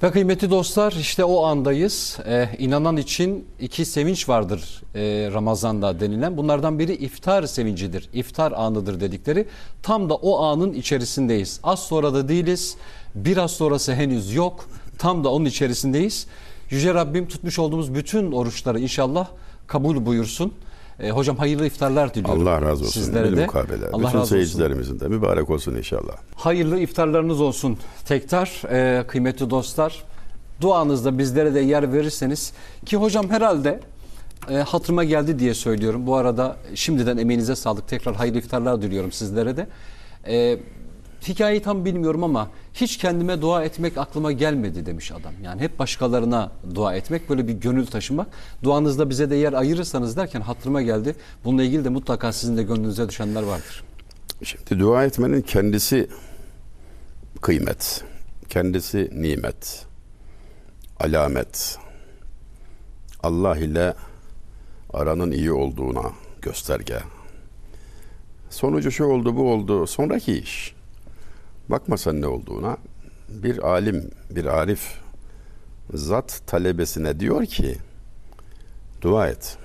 Ve kıymetli dostlar, işte o andayız. İnanan için iki sevinç vardır Ramazan'da denilen. Bunlardan biri iftar sevincidir. İftar anıdır dedikleri. Tam da o anın içerisindeyiz. Az sonra da değiliz. Biraz sonrası henüz yok. Tam da onun içerisindeyiz. Yüce Rabbim tutmuş olduğumuz bütün oruçları inşallah kabul buyursun. Hocam hayırlı iftarlar diliyorum. Allah razı olsun. Sizlere de. Mukabele. Allah bütün razı seyircilerimizin de mübarek olsun inşallah. Hayırlı iftarlarınız olsun tekrar kıymetli dostlar. Duanızda bizlere de yer verirseniz ki hocam herhalde hatırıma geldi diye söylüyorum. Bu arada şimdiden emeğinize sağlık. Tekrar hayırlı iftarlar diliyorum sizlere de. Hikayeyi tam bilmiyorum ama hiç kendime dua etmek aklıma gelmedi demiş adam. Yani hep başkalarına dua etmek, böyle bir gönül taşımak. Duanızda bize de yer ayırırsanız derken hatırıma geldi. Bununla ilgili de mutlaka sizin de gönlünüze düşenler vardır. Şimdi dua etmenin kendisi kıymet, kendisi nimet, alamet. Allah ile aranın iyi olduğuna gösterge. Sonucu şu oldu, bu oldu, sonraki iş. Bakma sen ne olduğuna. Bir alim, bir arif zat talebesine diyor ki dua et.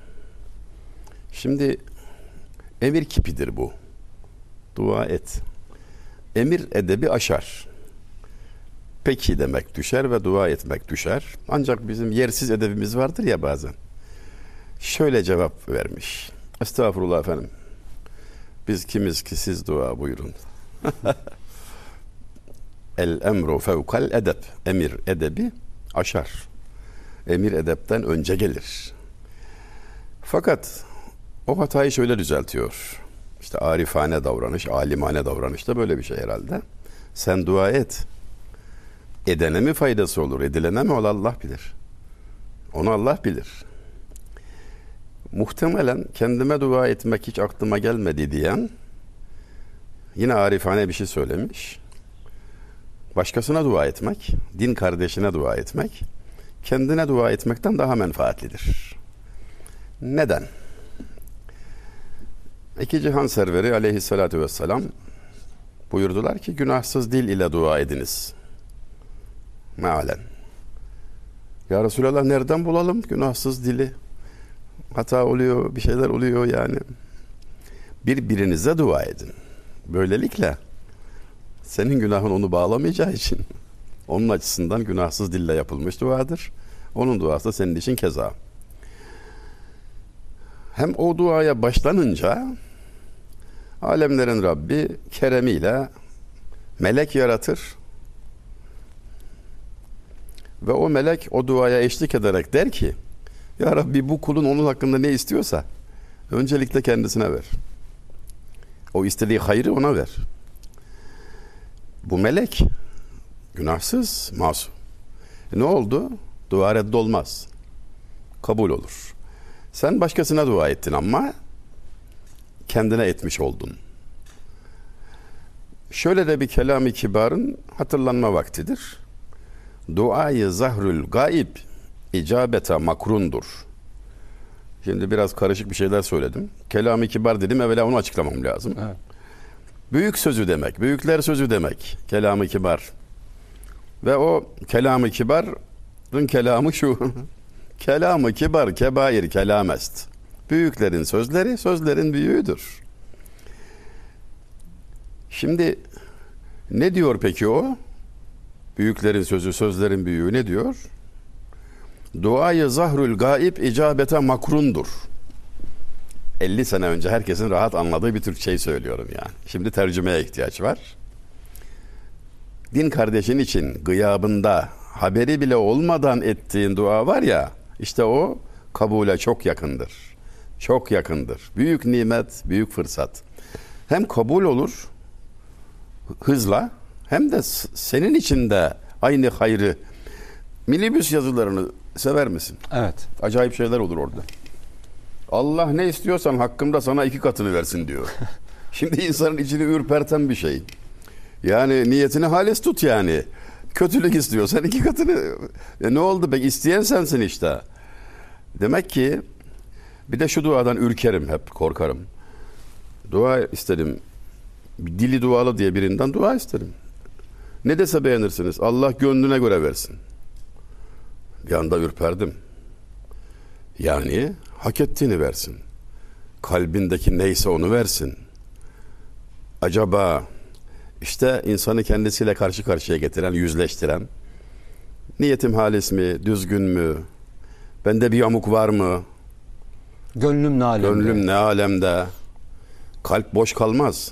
Şimdi emir kipidir bu. Dua et. Emir edebi aşar. Peki demek düşer ve dua etmek düşer. Ancak bizim yersiz edebimiz vardır ya bazen. Şöyle cevap vermiş. Estağfurullah efendim. Biz kimiz ki siz dua buyurun. El emru fevkal edep. Emir edebi aşar. Emir edepten önce gelir. Fakat o hatayı şöyle düzeltiyor. İşte arifane davranış, alimane davranış da böyle bir şey herhalde. Sen dua et. Edene mi faydası olur, edilene mi Allah bilir. Onu Allah bilir. Muhtemelen kendime dua etmek hiç aklıma gelmedi diyen yine arifane bir şey söylemiş. Başkasına dua etmek, din kardeşine dua etmek, kendine dua etmekten daha menfaatlidir. Neden? İki cihan serveri aleyhissalatü vesselam buyurdular ki günahsız dil ile dua ediniz. Mealen. Ya Resulallah nereden bulalım günahsız dili? Hata oluyor, bir şeyler oluyor yani. Birbirinize dua edin. Böylelikle senin günahın onu bağlamayacağı için onun açısından günahsız dille yapılmış duadır. Onun duası da senin için keza. Hem o duaya başlanınca alemlerin Rabbi keremiyle melek yaratır ve o melek o duaya eşlik ederek der ki ya Rabbi bu kulun onun hakkında ne istiyorsa öncelikle kendisine ver. O istediği hayrı ona ver. Bu melek günahsız, masum. Ne oldu? Dua reddolmaz. Kabul olur. Sen başkasına dua ettin ama kendine etmiş oldun. Şöyle de bir kelam-ı kibarın hatırlanma vaktidir. Duayı zahrül gaib icabete makrundur. Şimdi biraz karışık bir şeyler söyledim. Kelam-ı kibar dedim, evvela onu açıklamam lazım. Evet. Büyük sözü demek, büyükler sözü demek kelam-ı kibar. Ve o kelam-ı kibarın kelamı şu. Kelam-ı kibar kebair kelamest. Büyüklerin sözleri sözlerin büyüğüdür. Şimdi ne diyor peki o? Büyüklerin sözü sözlerin büyüğü ne diyor? Duayı zahrül gaib icabete makrundur. 50 sene önce herkesin rahat anladığı bir Türkçeyi söylüyorum yani. Şimdi tercümeye ihtiyaç var. Din kardeşin için gıyabında haberi bile olmadan ettiğin dua var ya, işte o kabule çok yakındır. Çok yakındır. Büyük nimet, büyük fırsat. Hem kabul olur hızla hem de senin için de aynı hayrı. Minibüs yazılarını sever misin? Evet. Acayip şeyler olur orada. Allah ne istiyorsan hakkımda sana 2 katını versin diyor. Şimdi insanın içini ürperten bir şey. Yani niyetini halis tut yani. Kötülük istiyorsan 2 katını. Ne oldu peki? İsteyen sensin işte. Demek ki bir de şu duadan ürkerim, hep korkarım. Dua isterim. Dili dualı diye birinden dua isterim. Ne dese beğenirsiniz. Allah gönlüne göre versin. Bir anda ürperdim. Yani hak ettiğini versin. Kalbindeki neyse onu versin. Acaba işte insanı kendisiyle karşı karşıya getiren, yüzleştiren, niyetim halis mi, düzgün mü, bende bir yamuk var mı, Gönlüm ne alemde? gönlüm ne alemde, kalp boş kalmaz.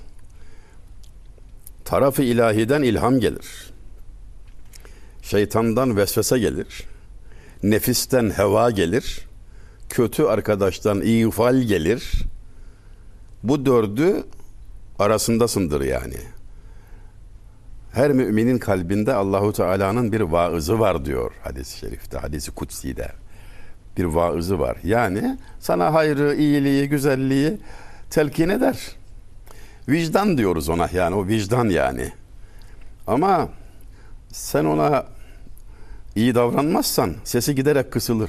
Tarafı ilahiden ilham gelir. Şeytandan vesvese gelir. Nefisten heva gelir. Kötü arkadaştan ifal gelir. Bu dördü arasındasındır yani. Her müminin kalbinde Allahu Teala'nın bir vaızı var diyor hadis-i şerifte, hadis-i kutsi'de. Bir vaızı var. Yani sana hayrı, iyiliği, güzelliği telkin eder. Vicdan diyoruz ona, yani o vicdan yani. Ama sen ona iyi davranmazsan sesi giderek kısılır.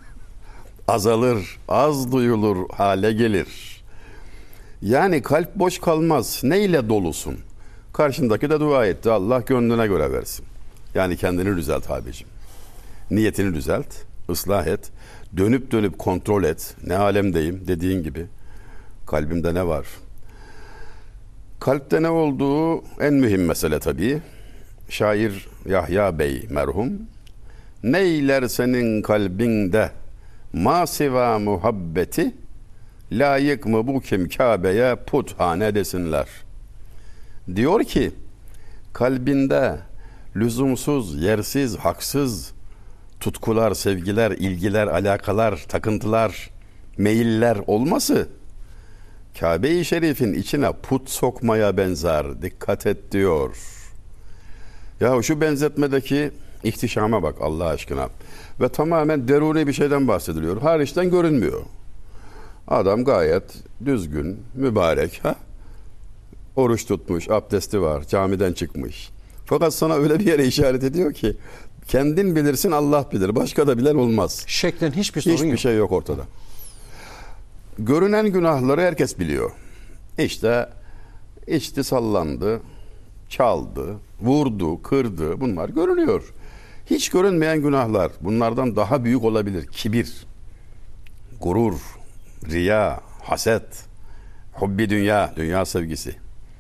Azalır, az duyulur hale gelir. Yani kalp boş kalmaz. Neyle dolusun? Karşındaki de dua etti. Allah gönlüne göre versin. Yani kendini düzelt abicim. Niyetini düzelt, ıslah et. Dönüp dönüp kontrol et. Ne alemdeyim dediğin gibi. Kalbimde ne var? Kalpte ne olduğu en mühim mesele tabii. Şair Yahya Bey merhum. Neyler senin kalbinde ma siva muhabbeti, layık mı bu kim Kabe'ye puthane desinler. Diyor ki kalbinde lüzumsuz, yersiz, haksız tutkular, sevgiler, ilgiler, alakalar, takıntılar, meyiller olması Kabe-i Şerif'in içine put sokmaya benzer. Dikkat et diyor. Ya şu benzetmedeki ihtişama bak Allah aşkına. Ve tamamen deruni bir şeyden bahsediliyor. Hariçten görünmüyor. Adam gayet düzgün, mübarek. Oruç tutmuş, abdesti var, camiden çıkmış. Fakat sana öyle bir yere işaret ediyor ki kendin bilirsin, Allah bilir. Başka da bilen olmaz. Şeklen hiçbir sorun yok. Hiçbir şey yok ortada. Görünen günahları herkes biliyor. İşte içti, sallandı, çaldı, vurdu, kırdı. Bunlar görünüyor. Hiç görünmeyen günahlar bunlardan daha büyük olabilir. Kibir, gurur, riya, haset, hubbi dünya, dünya sevgisi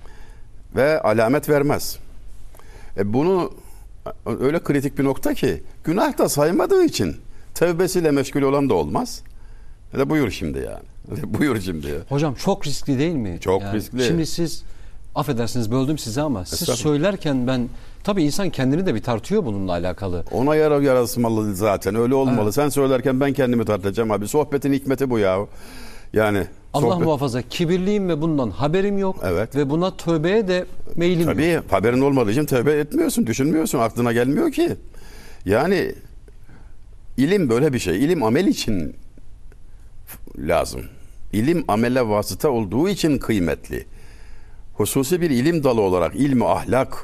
ve alamet vermez. Bunu öyle kritik bir nokta ki günah da saymadığı için tevbesiyle meşgul olan da olmaz. Buyur şimdi yani. Buyur şimdi. Hocam çok riskli değil mi? Çok riskli. Şimdi siz, affedersiniz böldüm sizi ama siz söylerken ben, tabii insan kendini de bir tartıyor bununla alakalı. Ona yarasmalı zaten, öyle olmalı. Evet. Sen söylerken ben kendimi tartacağım abi. Sohbetin hikmeti bu ya. Yani Allah muhafaza, kibirliyim ve bundan haberim yok. Evet. Ve buna tövbeye de meylim yok. Tabii haberin olmadığı için tövbe etmiyorsun, düşünmüyorsun, aklına gelmiyor ki. Yani ilim böyle bir şey. İlim amel için lazım. İlim amele vasıta olduğu için kıymetli. Hususi bir ilim dalı olarak ilmi ahlak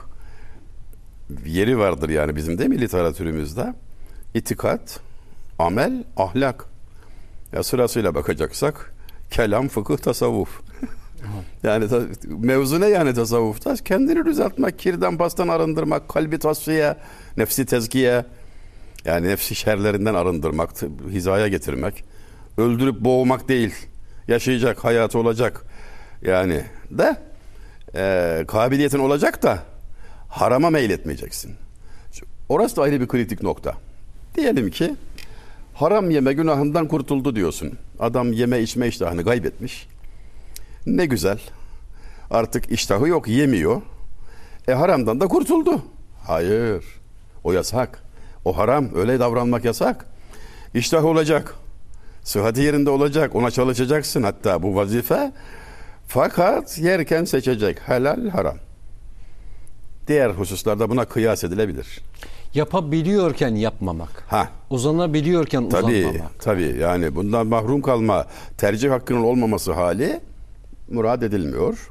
yeri vardır yani bizim de mi literatürümüzde? İtikat, amel, ahlak. Ya sırasıyla bakacaksak kelam, fıkıh, tasavvuf. Yani mevzu ne yani tasavvufta? Kendini düzeltmek, kirden pastan arındırmak, kalbi tasfiye, nefsi tezkiye, yani nefsi şerlerinden arındırmak, hizaya getirmek. Öldürüp boğmak değil. Yaşayacak, hayatı olacak. Yani de kabiliyetin olacak da harama meyletmeyeceksin. Orası da ayrı bir kritik nokta. Diyelim ki haram yeme günahından kurtuldu diyorsun. Adam yeme içme iştahını kaybetmiş. Ne güzel. Artık iştahı yok, yemiyor. Haramdan da kurtuldu. Hayır. O yasak. O haram. Öyle davranmak yasak. İştah olacak. Sıhhati yerinde olacak. Ona çalışacaksın hatta, bu vazife. Fakat yerken seçecek. Helal, haram. Diğer hususlarda buna kıyas edilebilir. Yapabiliyorken yapmamak. Uzanabiliyorken uzanmamak. Tabii yani bundan mahrum kalma, tercih hakkının olmaması hali murad edilmiyor.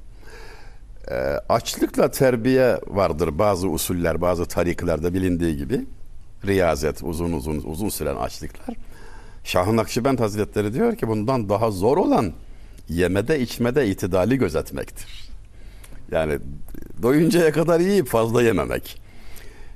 Açlıkla terbiye vardır bazı usuller, bazı tariklarda bilindiği gibi. Riyazet, uzun süren açlıklar. Şah-ı Nakşibend Hazretleri diyor ki bundan daha zor olan yemede içmede itidali gözetmektir. Yani doyuncaya kadar yiyip fazla yememek.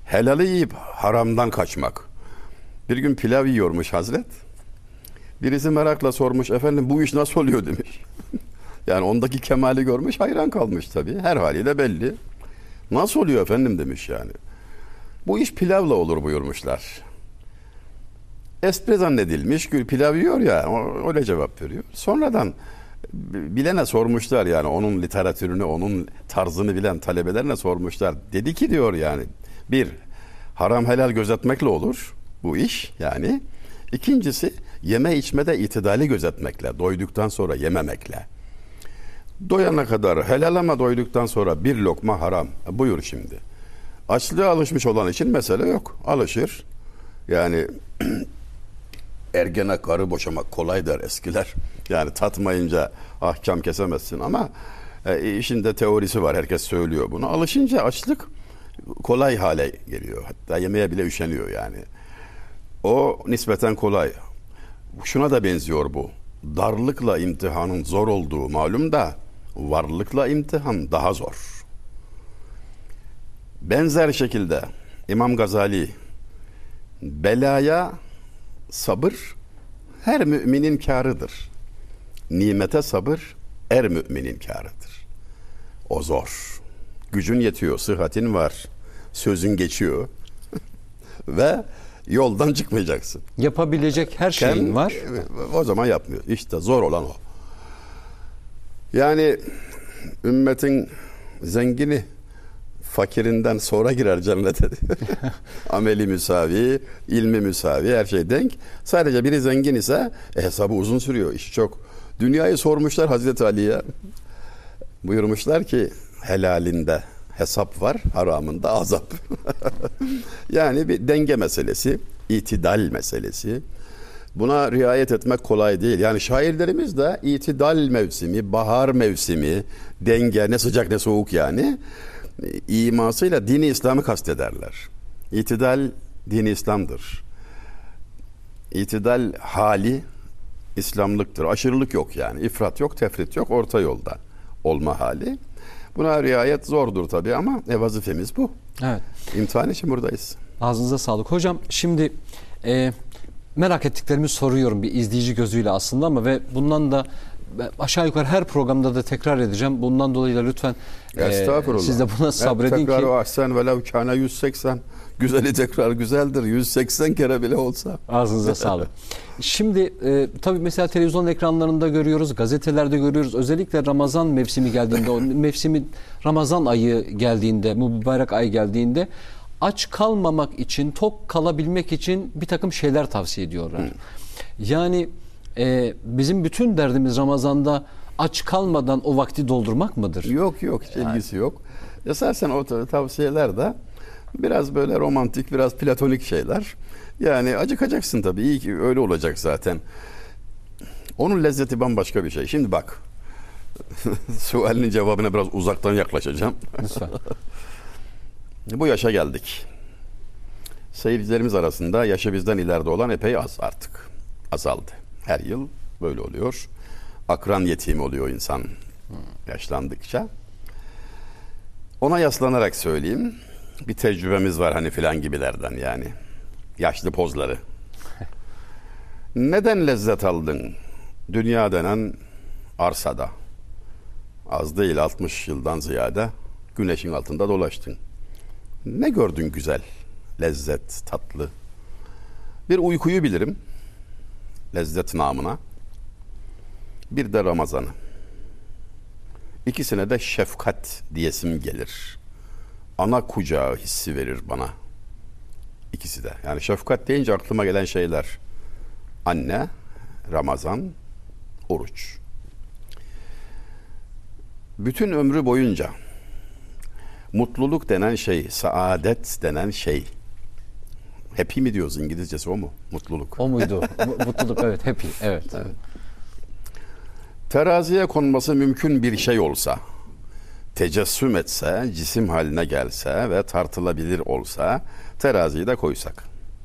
Helali yiyip haramdan kaçmak. Bir gün pilav yiyormuş Hazret. Birisi merakla sormuş, efendim bu iş nasıl oluyor demiş. Yani ondaki kemali görmüş, hayran kalmış tabii. Her haliyle belli. Nasıl oluyor efendim demiş yani. Bu iş pilavla olur buyurmuşlar. Espri zannedilmiş, gül pilav yiyor ya, öyle cevap veriyor. Sonradan bilene sormuşlar yani, onun literatürünü, onun tarzını bilen talebelerine sormuşlar. Dedi ki diyor yani, bir, haram helal gözetmekle olur bu iş yani. İkincisi, yeme içmede itidali gözetmekle, doyduktan sonra yememekle. Doyana kadar helal ama doyduktan sonra bir lokma haram. Buyur şimdi. Açlığa alışmış olan için mesele yok. Alışır. Yani ergene karı boşamak kolay der eskiler. Yani tatmayınca ahkam kesemezsin ama işin de teorisi var. Herkes söylüyor bunu. Alışınca açlık kolay hale geliyor. Hatta yemeye bile üşeniyor yani. O nispeten kolay. Şuna da benziyor bu. Darlıkla imtihanın zor olduğu malum da varlıkla imtihan daha zor. Benzer şekilde İmam Gazali, belaya sabır her müminin kârıdır. Nimete sabır er müminin kârıdır. O zor. Gücün yetiyor, sıhhatin var, sözün geçiyor ve yoldan çıkmayacaksın. Yapabilecek her şeyin var. O zaman yapmıyor. İşte zor olan o. Yani ümmetin zengini fakirinden sonra girer cennete. Ameli müsavi, ilmi müsavi, her şey denk. Sadece biri zengin ise hesabı uzun sürüyor. İşi çok. Dünyayı sormuşlar Hazreti Ali'ye. Buyurmuşlar ki helalinde hesap var, haramında azap. Yani bir denge meselesi, itidal meselesi. Buna riayet etmek kolay değil. Yani şairlerimiz de itidal mevsimi, bahar mevsimi, denge, ne sıcak ne soğuk yani, imasıyla dini İslam'ı kastederler. İtidal dini İslam'dır. İtidal hali İslamlıktır. Aşırılık yok yani. İfrat yok, tefrit yok. Orta yolda olma hali. Buna riayet zordur tabii ama vazifemiz bu. Evet. İmtihan için buradayız. Ağzınıza sağlık. Hocam şimdi merak ettiklerimi soruyorum bir izleyici gözüyle aslında ama ve bundan da aşağı yukarı her programda da tekrar edeceğim. Bundan dolayı da lütfen siz de buna sabredin tekrar ki. o ahsen velev kâne 180. Güzeli tekrar güzeldir. 180 kere bile olsa. Ağzınıza sağlık. Şimdi tabii mesela televizyon ekranlarında görüyoruz, gazetelerde görüyoruz. Özellikle Ramazan mevsimi geldiğinde, o mevsimin Ramazan ayı geldiğinde, mübarek ay geldiğinde aç kalmamak için, tok kalabilmek için bir takım şeyler tavsiye ediyorlar. Yani bizim bütün derdimiz Ramazan'da aç kalmadan o vakti doldurmak mıdır? Yok hiç ilgisi yok. Esasen o tavsiyeler de biraz böyle romantik, biraz platonik şeyler. Yani acıkacaksın tabii. İyi ki öyle olacak zaten. Onun lezzeti bambaşka bir şey. Şimdi bak. Sualinin cevabına biraz uzaktan yaklaşacağım. Lütfen. Bu yaşa geldik. Seyircilerimiz arasında yaşı bizden ileride olan epey az artık. Azaldı. Her yıl böyle oluyor. Akran yetimi oluyor insan yaşlandıkça. Ona yaslanarak söyleyeyim. Bir tecrübemiz var hani filan gibilerden yani. Yaşlı pozları. Neden lezzet aldın? Dünya denen arsada. Az değil 60 yıldan ziyade güneşin altında dolaştın. Ne gördün güzel? Lezzet, tatlı. Bir uykuyu bilirim. Lezzet namına. Bir de Ramazan'ı. İkisine de şefkat diyesim gelir. Ana kucağı hissi verir bana. İkisi de. Yani şefkat deyince aklıma gelen şeyler. Anne, Ramazan, oruç. Bütün ömrü boyunca mutluluk denen şey, saadet denen şey. Happy mi diyoruz İngilizcesi, o mu? Mutluluk. O muydu? Mutluluk, evet, happy. Evet. Teraziye konması mümkün bir şey olsa, tecessüm etse, cisim haline gelse ve tartılabilir olsa, teraziyi de koysak.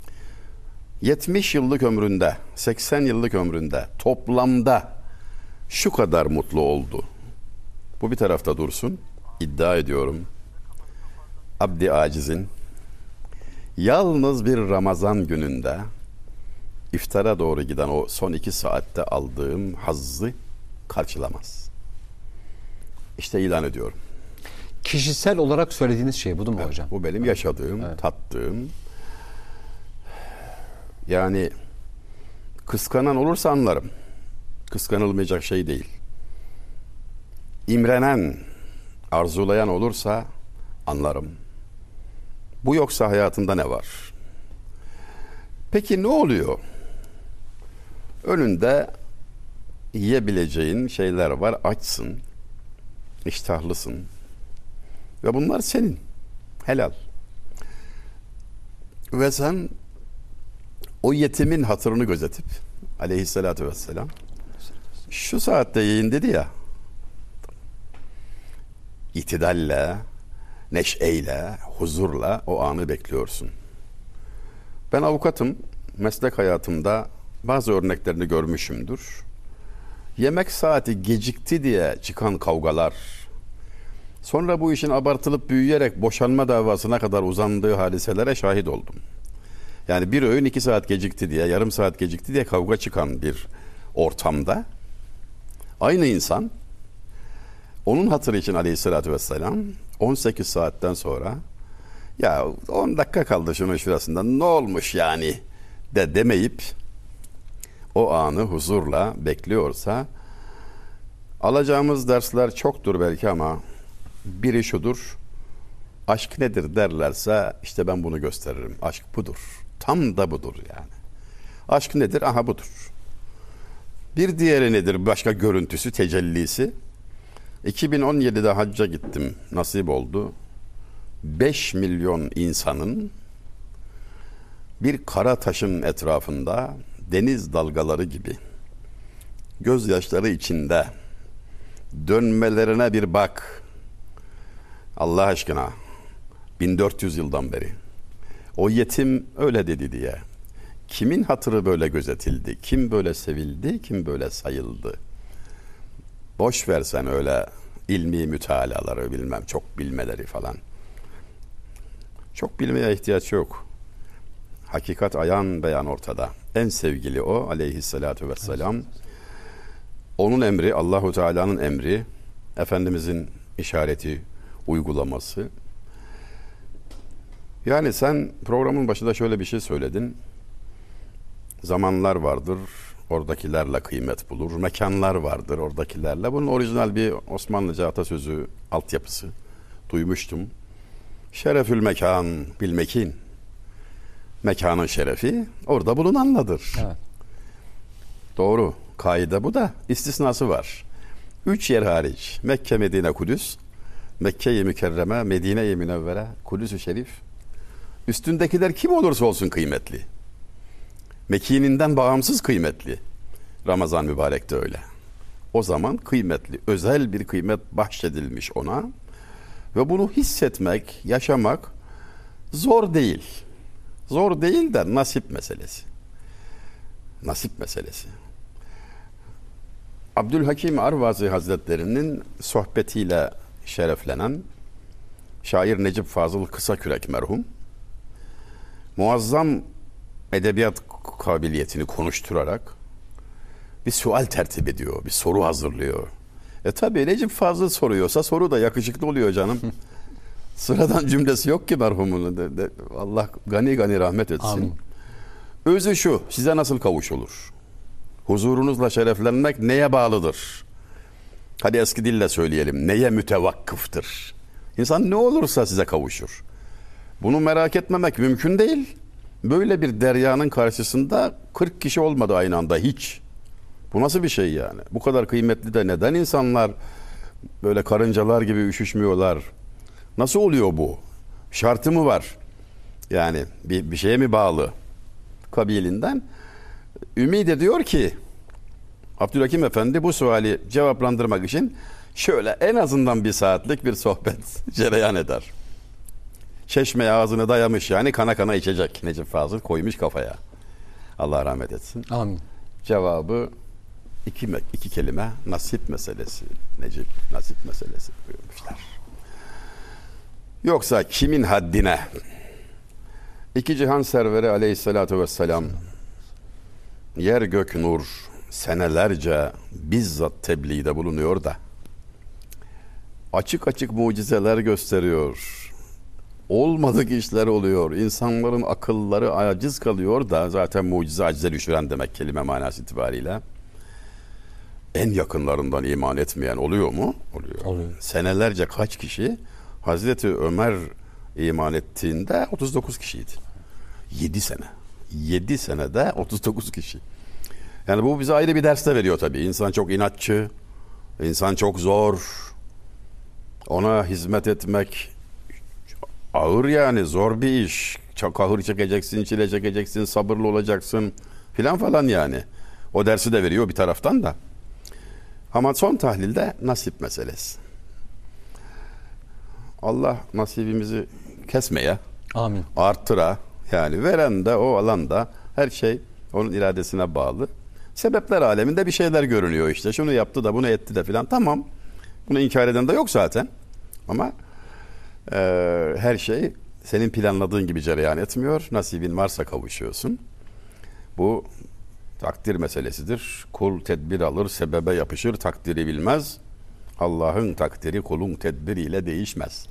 70 yıllık ömründe, 80 yıllık ömründe toplamda şu kadar mutlu oldu. Bu bir tarafta dursun. İddia ediyorum. Abdi acizin Yalnız bir Ramazan gününde iftara doğru giden o son 2 saatte aldığım hazzı karşılamaz. İşte ilan ediyorum. Kişisel olarak söylediğiniz şey bu değil mi hocam? Bu benim yaşadığım, tattığım. Yani kıskanan olursa anlarım. Kıskanılmayacak şey değil. İmrenen, arzulayan olursa anlarım. Bu yoksa hayatında ne var? Peki ne oluyor? Önünde yiyebileceğin şeyler var. Açsın, iştahlısın. Ve bunlar senin. Helal. Ve sen o yetimin hatırını gözetip aleyhissalatü vesselam şu saatte yiyin dedi ya, itidalle, neşeyle, huzurla o anı bekliyorsun. Ben avukatım. Meslek hayatımda bazı örneklerini görmüşümdür. Yemek saati gecikti diye çıkan kavgalar, sonra bu işin abartılıp büyüyerek boşanma davasına kadar uzandığı hadiselere şahit oldum. Yani bir öğün 2 saat gecikti diye, yarım saat gecikti diye kavga çıkan bir ortamda aynı insan onun hatırı için aleyhissalatü vesselam 18 saatten sonra ya 10 dakika kaldı şunun şurasında ne olmuş yani demeyip o anı huzurla bekliyorsa, alacağımız dersler çoktur belki ama biri şudur: aşk nedir derlerse işte ben bunu gösteririm. Aşk budur. Tam da budur yani. Aşk nedir? Aha budur. Bir diğeri nedir? Başka görüntüsü, tecellisi. 2017'de hacca gittim. Nasip oldu. 5 milyon insanın bir kara taşın etrafında deniz dalgaları gibi gözyaşları içinde dönmelerine bir bak. Allah aşkına 1400 yıldan beri o yetim öyle dedi diye kimin hatırı böyle gözetildi, kim böyle sevildi, kim böyle sayıldı? Boş versen öyle ilmi mütalaları, bilmem çok bilmeleri falan. Çok bilmeye ihtiyaç yok. Hakikat ayan beyan ortada. En sevgili o aleyhissalatu vesselam. Onun emri, Allahu Teala'nın emri, Efendimizin işareti, uygulaması. Yani sen programın başında şöyle bir şey söyledin. Zamanlar vardır, oradakilerle kıymet bulur. Mekanlar vardır oradakilerle. Bunun orijinal bir Osmanlıca atasözü altyapısı duymuştum. Şerefül mekan bil mekin. Mekanın şerefi orada bulunanladır. Evet. Doğru. Kaide bu da istisnası var. 3 yer hariç. Mekke, Medine, Kudüs. Mekke-i Mükerreme, Medine-i Münevvere, Kudüs-ü Şerif. Üstündekiler kim olursa olsun kıymetli. Mekininden bağımsız kıymetli. Ramazan mübarek de öyle. O zaman kıymetli, özel bir kıymet bahşedilmiş ona. Ve bunu hissetmek, yaşamak zor değil. Zor değil de nasip meselesi. Nasip meselesi. Abdülhakim Arvazi Hazretleri'nin sohbetiyle şereflenen şair Necip Fazıl Kısakürek merhum, muazzam edebiyat kabiliyetini konuşturarak bir sual tertip ediyor, bir soru hazırlıyor. Tabi Necip Fazıl soruyorsa soru da yakışıklı oluyor canım. Sıradan cümlesi yok ki merhumun. Allah gani gani rahmet etsin. Amin. Özü şu: size nasıl kavuşulur? Huzurunuzla şereflenmek neye bağlıdır? Hadi eski dille söyleyelim. Neye mütevakkıftır? İnsan ne olursa size kavuşur. Bunu merak etmemek mümkün değil. Böyle bir deryanın karşısında 40 kişi olmadı aynı anda hiç. Bu nasıl bir şey yani? Bu kadar kıymetli de neden insanlar böyle karıncalar gibi üşüşmüyorlar? Nasıl oluyor bu? Şartı mı var? Yani bir şeye mi bağlı? Kabilinden. Ümid ediyor ki Abdülhakim Efendi bu suali cevaplandırmak için şöyle en azından 1 saatlik bir sohbet cereyan eder. Çeşmeye ağzını dayamış, yani kana kana içecek. Necip Fazıl koymuş kafaya. Allah rahmet etsin. Amin. Cevabı iki kelime: nasip meselesi. Necip, nasip meselesi buyurmuşlar. Yoksa kimin haddine İki cihan serveri aleyhissalatu vesselam, yer gök nur, senelerce bizzat tebliğde bulunuyor da açık açık mucizeler gösteriyor. Olmadık işler oluyor. İnsanların akılları aciz kalıyor da, zaten mucize acize düşüren demek kelime manası itibariyle. En yakınlarından iman etmeyen oluyor mu? Oluyor. Senelerce kaç kişi? Hazreti Ömer iman ettiğinde 39 kişiydi. 7 sene. 7 senede 39 kişi. Yani bu bize ayrı bir ders de veriyor tabii. İnsan çok inatçı, insan çok zor. Ona hizmet etmek ağır, yani zor bir iş. Çok kahır çekeceksin, çile çekeceksin, sabırlı olacaksın filan falan yani. O dersi de veriyor bir taraftan da. Ama son tahlilde nasip meselesi. Allah nasibimizi kesmeye, Amin. arttıra, yani veren de o alanda, her şey onun iradesine bağlı. Sebepler aleminde bir şeyler görünüyor işte. Şunu yaptı da bunu etti de filan. Tamam. Bunu inkar eden de yok zaten. Ama her şey senin planladığın gibi cereyan etmiyor. Nasibin varsa kavuşuyorsun. Bu takdir meselesidir. Kul tedbir alır, sebebe yapışır, takdiri bilmez. Allah'ın takdiri kulun tedbiriyle değişmez.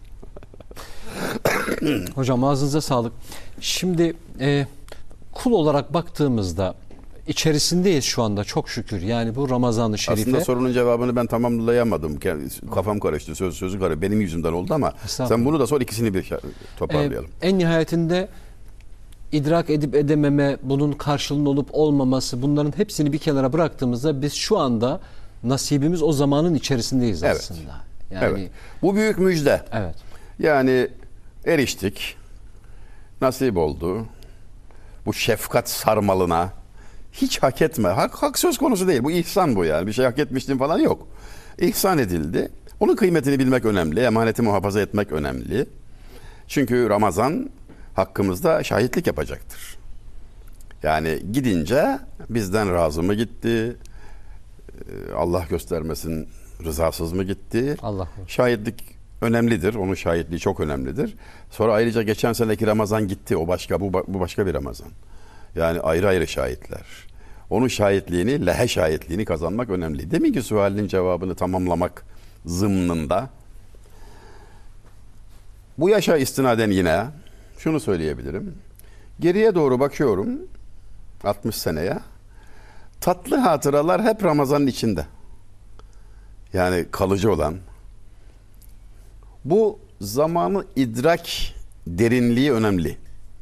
Hocam ağzınıza sağlık. Şimdi kul olarak baktığımızda içerisindeyiz şu anda çok şükür. Yani bu Ramazan-ı Şerife. Aslında sorunun cevabını ben tamamlayamadım. Kafam karıştı, sözü karıştı. Benim yüzümden oldu ama sen bunu da sor, ikisini bir toparlayalım. En nihayetinde idrak edip edememe, bunun karşılığının olup olmaması, bunların hepsini bir kenara bıraktığımızda biz şu anda nasibimiz o zamanın içerisindeyiz aslında. Yani evet. Bu büyük müjde. Evet. Yani eriştik. Nasip oldu. Bu şefkat sarmalına hiç hak etme. Hak söz konusu değil. Bu ihsan bu yani. Bir şey hak etmiştin falan yok. İhsan edildi. Onun kıymetini bilmek önemli. Emaneti muhafaza etmek önemli. Çünkü Ramazan hakkımızda şahitlik yapacaktır. Yani gidince bizden razı mı gitti? Allah göstermesin, rızasız mı gitti? Allah. Şahitlik önemlidir. Onun şahitliği çok önemlidir. Sonra ayrıca geçen seneki Ramazan gitti. O başka, bu başka bir Ramazan. Yani ayrı ayrı şahitler. Onun şahitliğini, lehe şahitliğini kazanmak önemli. Deminki sualin cevabını tamamlamak zımnında bu yaşa istinaden yine şunu söyleyebilirim. Geriye doğru bakıyorum 60 seneye. Tatlı hatıralar hep Ramazan'ın içinde. Yani kalıcı olan. Bu zamanı idrak derinliği önemli.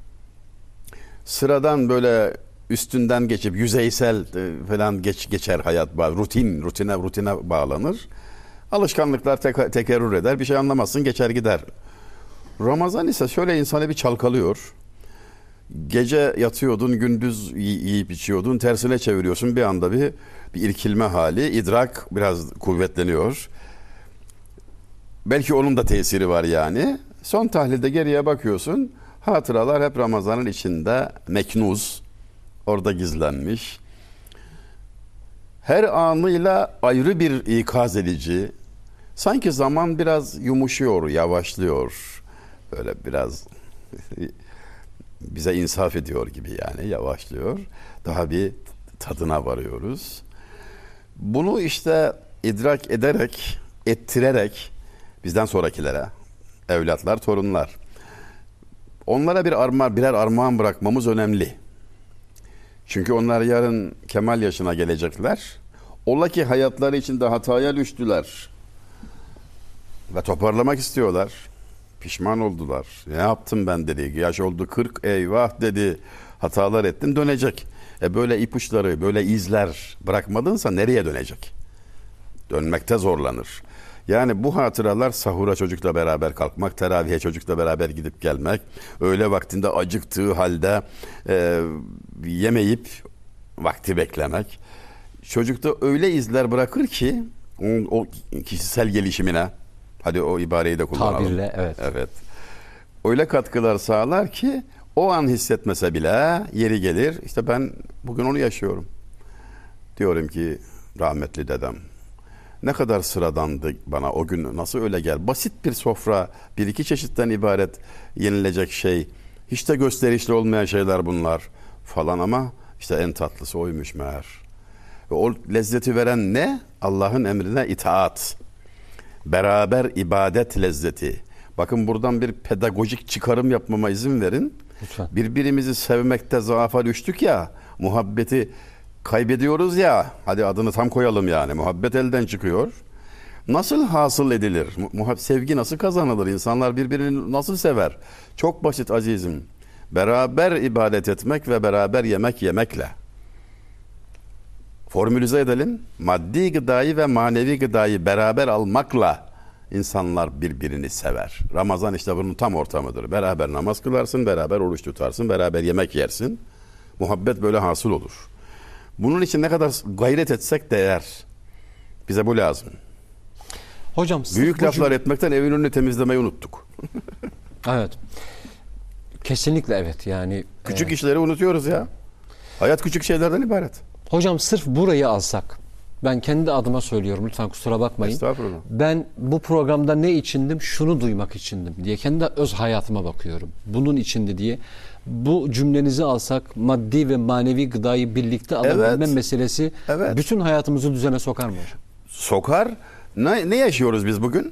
Sıradan böyle üstünden geçip yüzeysel falan geçer hayat, rutine bağlanır. Alışkanlıklar tekerrür eder. Bir şey anlamazsın, geçer gider. Ramazan ise şöyle insanı bir çalkalıyor. Gece yatıyordun, gündüz yiyip içiyordun, tersine çeviriyorsun, bir anda bir irkilme hali, idrak biraz kuvvetleniyor. Belki onun da tesiri var yani. Son tahlilde geriye bakıyorsun, hatıralar hep Ramazan'ın içinde meknuz, orada gizlenmiş. Her anıyla ayrı bir ikaz edici. Sanki zaman biraz yumuşuyor, yavaşlıyor. Böyle biraz bize insaf ediyor gibi yani, yavaşlıyor. Daha bir tadına varıyoruz. Bunu işte idrak ederek, ettirerek bizden sonrakilere, evlatlar, torunlar, onlara birer armağan bırakmamız önemli. Çünkü onlar yarın kemal yaşına gelecekler. Ola ki hayatları içinde hataya düştüler ve toparlamak istiyorlar. Pişman oldular. Ne yaptım ben dedi. Yaş oldu 40, eyvah dedi. Hatalar ettin, dönecek. Böyle ipuçları, böyle izler bırakmadınsa nereye dönecek? Dönmekte zorlanır. Yani bu hatıralar sahura çocukla beraber kalkmak, teravihe çocukla beraber gidip gelmek, öğle vaktinde acıktığı halde yemeyip vakti beklemek. Çocukta öyle izler bırakır ki o kişisel gelişimine, hadi o ibareyi de kullanalım. Tabirle, evet. Evet. Öyle katkılar sağlar ki o an hissetmese bile yeri gelir. İşte ben bugün onu yaşıyorum. Diyorum ki rahmetli dedem, ne kadar sıradandı bana o gün, nasıl öyle gel. Basit bir sofra, bir iki çeşitten ibaret yenilecek şey Hiç de gösterişli olmayan şeyler bunlar falan ama işte en tatlısı oymuş meğer. Ve o lezzeti veren ne? Allah'ın emrine itaat. Beraber ibadet lezzeti. Bakın buradan bir pedagojik çıkarım yapmama izin verin. Lütfen. Birbirimizi sevmekte zaafa düştük ya, muhabbeti kaybediyoruz ya, hadi adını tam koyalım yani, muhabbet elden çıkıyor. Nasıl hasıl edilir? Sevgi nasıl kazanılır? İnsanlar birbirini nasıl sever? Çok basit azizim. Beraber ibadet etmek ve beraber yemek yemekle. Formülize edelim. Maddi gıdayı ve manevi gıdayı beraber almakla insanlar birbirini sever. Ramazan işte bunun tam ortamıdır. Beraber namaz kılarsın, beraber oruç tutarsın, beraber yemek yersin. Muhabbet böyle hasıl olur. Bunun için ne kadar gayret etsek değer. Bize bu lazım. Hocam Büyük laflar etmekten evin önünü temizlemeyi unuttuk. Evet. Kesinlikle evet yani. Küçük işleri unutuyoruz ya. Hayat küçük şeylerden ibaret. Hocam sırf burayı alsak, ben kendi adıma söylüyorum, lütfen kusura bakmayın. Estağfurullah. Ben bu programda ne içindim? Şunu duymak içindim diye kendi öz hayatıma bakıyorum. Bunun içindi diye. Bu cümlenizi alsak, maddi ve manevi gıdayı birlikte alabilme meselesi bütün hayatımızı düzene sokar mı hocam? Sokar. Ne yaşıyoruz biz bugün?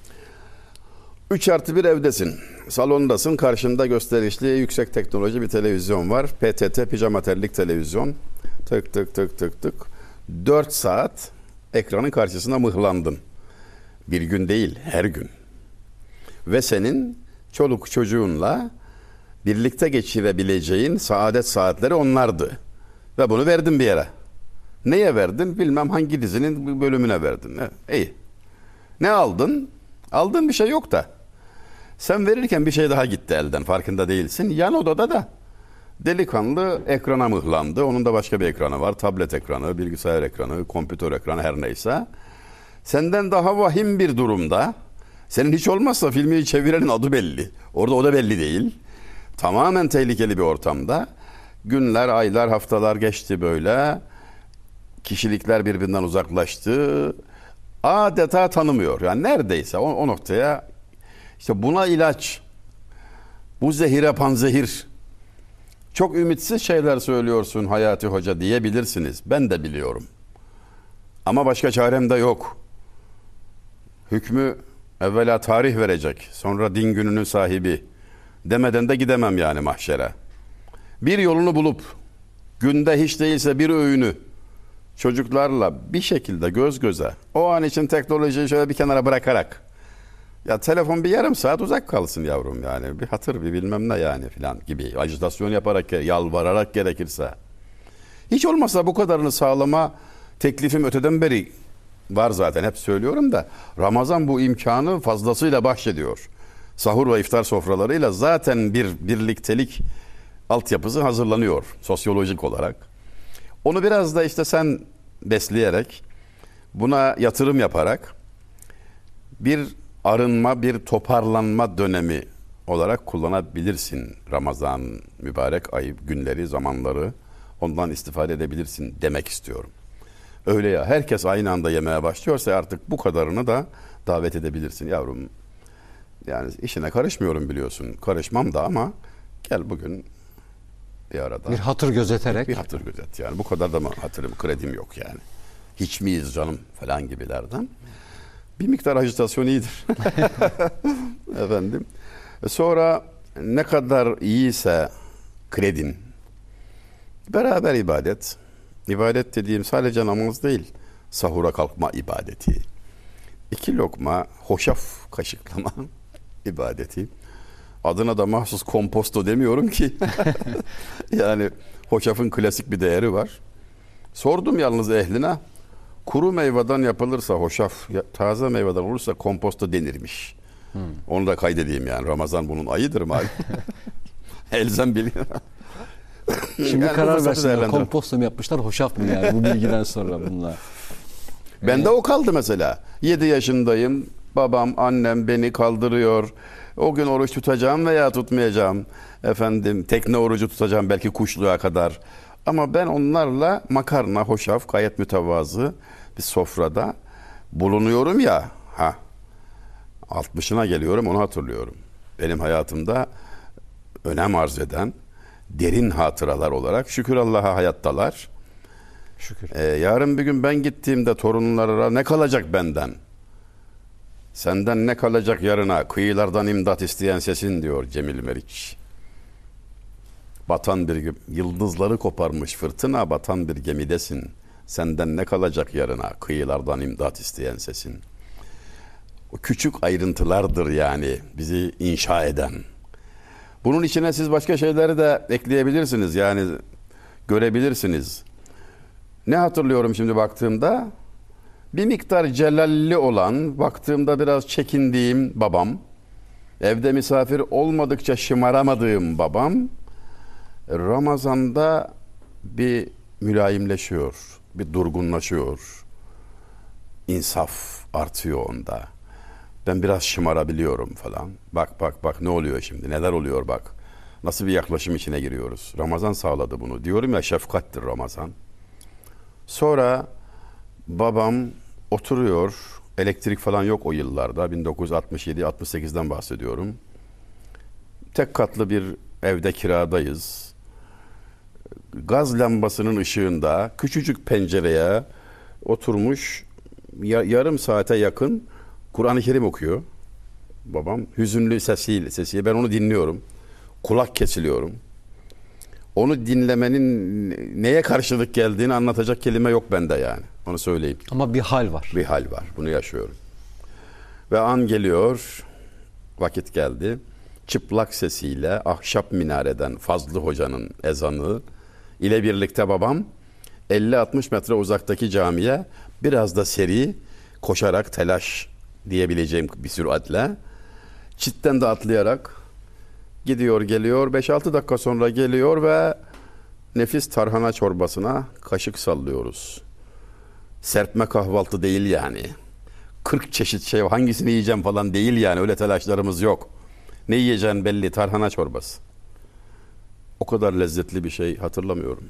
3+1 evdesin. Salondasın. Karşında gösterişli yüksek teknoloji bir televizyon var. PTT, pijama terlik televizyon. Tık tık tık tık tık. 4 saat ekranın karşısında mıhlandın. Bir gün değil, her gün. Ve senin çoluk çocuğunla birlikte geçirebileceğin saadet saatleri onlardı. Ve bunu verdin bir yere. Neye verdin? Bilmem hangi dizinin bölümüne verdin. İyi. Ne aldın? Aldığın bir şey yok da. Sen verirken bir şey daha gitti elden. Farkında değilsin. Yan odada da delikanlı ekrana mıhlandı. Onun da başka bir ekranı var. Tablet ekranı, bilgisayar ekranı, kompütör ekranı her neyse. Senden daha vahim bir durumda. Senin hiç olmazsa filmi çevirenin adı belli. Orada o da belli değil. Tamamen tehlikeli bir ortamda. Günler, aylar, haftalar geçti böyle. Kişilikler birbirinden uzaklaştı. Adeta tanımıyor. Yani neredeyse o noktaya, işte buna ilaç, bu zehire panzehir. Çok ümitsiz şeyler söylüyorsun Hayati Hoca diyebilirsiniz. Ben de biliyorum. Ama başka çarem de yok. Hükmü evvela tarih verecek. Sonra din gününün sahibi. Demeden de gidemem yani mahşere. Bir yolunu bulup günde hiç değilse bir öğünü çocuklarla bir şekilde göz göze, o an için teknolojiyi şöyle bir kenara bırakarak, ya telefon bir yarım saat uzak kalsın yavrum yani, bir hatır bir bilmem ne yani filan gibi ajitasyon yaparak, yalvararak gerekirse. Hiç olmazsa bu kadarını sağlama teklifim öteden beri var zaten, hep söylüyorum da Ramazan bu imkanı fazlasıyla bahşediyor. Sahur ve iftar sofralarıyla zaten bir birliktelik altyapısı hazırlanıyor sosyolojik olarak. Onu biraz da işte sen besleyerek, buna yatırım yaparak bir arınma, bir toparlanma dönemi olarak kullanabilirsin. Ramazan mübarek ay, günleri, zamanları ondan istifade edebilirsin demek istiyorum. Öyle ya, herkes aynı anda yemeye başlıyorsa artık bu kadarını da davet edebilirsin yavrum. Yani işine karışmıyorum biliyorsun. Karışmam da ama gel bugün bir arada. Bir hatır gözeterek. Bir hatır gözet yani. Bu kadar da mı hatırım, kredim yok yani. Hiç miyiz canım falan gibilerden. Bir miktar ajitasyon iyidir. Efendim. Sonra ne kadar iyiyse kredin. Beraber ibadet. İbadet dediğim sadece namaz değil. Sahura kalkma ibadeti. 2 lokma hoşaf kaşıklama ibadeti. Adına da mahsus komposto demiyorum ki. Yani hoşafın klasik bir değeri var. Sordum yalnız ehline. Kuru meyveden yapılırsa hoşaf, taze meyveden olursa komposto denirmiş. Onu da kaydedeyim yani. Ramazan bunun ayıdır malum. Elzem biliyor. Şimdi yani karar versinler. Komposto mu yapmışlar, hoşaf mı yani bu bilgiden sonra bunlar. Bende o kaldı mesela. 7 yaşındayım. Babam, annem beni kaldırıyor. O gün oruç tutacağım veya tutmayacağım. Efendim tekne orucu tutacağım belki kuşluğa kadar. Ama ben onlarla makarna, hoşaf, gayet mütevazı bir sofrada bulunuyorum ya. 60'ına geliyorum, onu hatırlıyorum. Benim hayatımda önem arz eden derin hatıralar olarak şükür Allah'a hayattalar. Şükür. Yarın bir gün ben gittiğimde torunlara ne kalacak benden? Senden ne kalacak yarına? Kıyılardan imdat isteyen sesin diyor Cemil Meriç. Batan bir yıldızları koparmış fırtına, batan bir gemidesin. Senden ne kalacak yarına? Kıyılardan imdat isteyen sesin. O küçük ayrıntılardır yani bizi inşa eden. Bunun içine siz başka şeyleri de ekleyebilirsiniz. Yani görebilirsiniz. Ne hatırlıyorum şimdi baktığımda? Bir miktar celalli olan, baktığımda biraz çekindiğim babam, evde misafir olmadıkça şımaramadığım babam, Ramazan'da bir mülayimleşiyor, bir durgunlaşıyor. İnsaf artıyor onda. Ben biraz şımarabiliyorum falan. Bak ne oluyor şimdi, neler oluyor bak. Nasıl bir yaklaşım içine giriyoruz. Ramazan sağladı bunu. Diyorum ya, şefkattir Ramazan. Sonra babam oturuyor. Elektrik falan yok o yıllarda. 1967-68'den bahsediyorum. Tek katlı bir evde kiradayız. Gaz lambasının ışığında küçücük pencereye oturmuş, yarım saate yakın Kur'an-ı Kerim okuyor. Babam hüzünlü sesiyle ben onu dinliyorum. Kulak kesiliyorum. Onu dinlemenin neye karşılık geldiğini anlatacak kelime yok bende yani. Onu söyleyeyim. Ama bir hal var. Bir hal var. Bunu yaşıyorum. Ve an geliyor. Vakit geldi. Çıplak sesiyle ahşap minareden Fazlı Hoca'nın ezanı ile birlikte babam 50-60 metre uzaktaki camiye biraz da seri koşarak, telaş diyebileceğim bir süratle çitten de atlayarak gidiyor geliyor. 5-6 dakika sonra geliyor ve nefis tarhana çorbasına kaşık sallıyoruz. Serpme kahvaltı değil yani. 40 çeşit şey, hangisini yiyeceğim falan değil yani. Öyle telaşlarımız yok. Ne yiyeceğin belli, tarhana çorbası. O kadar lezzetli bir şey hatırlamıyorum.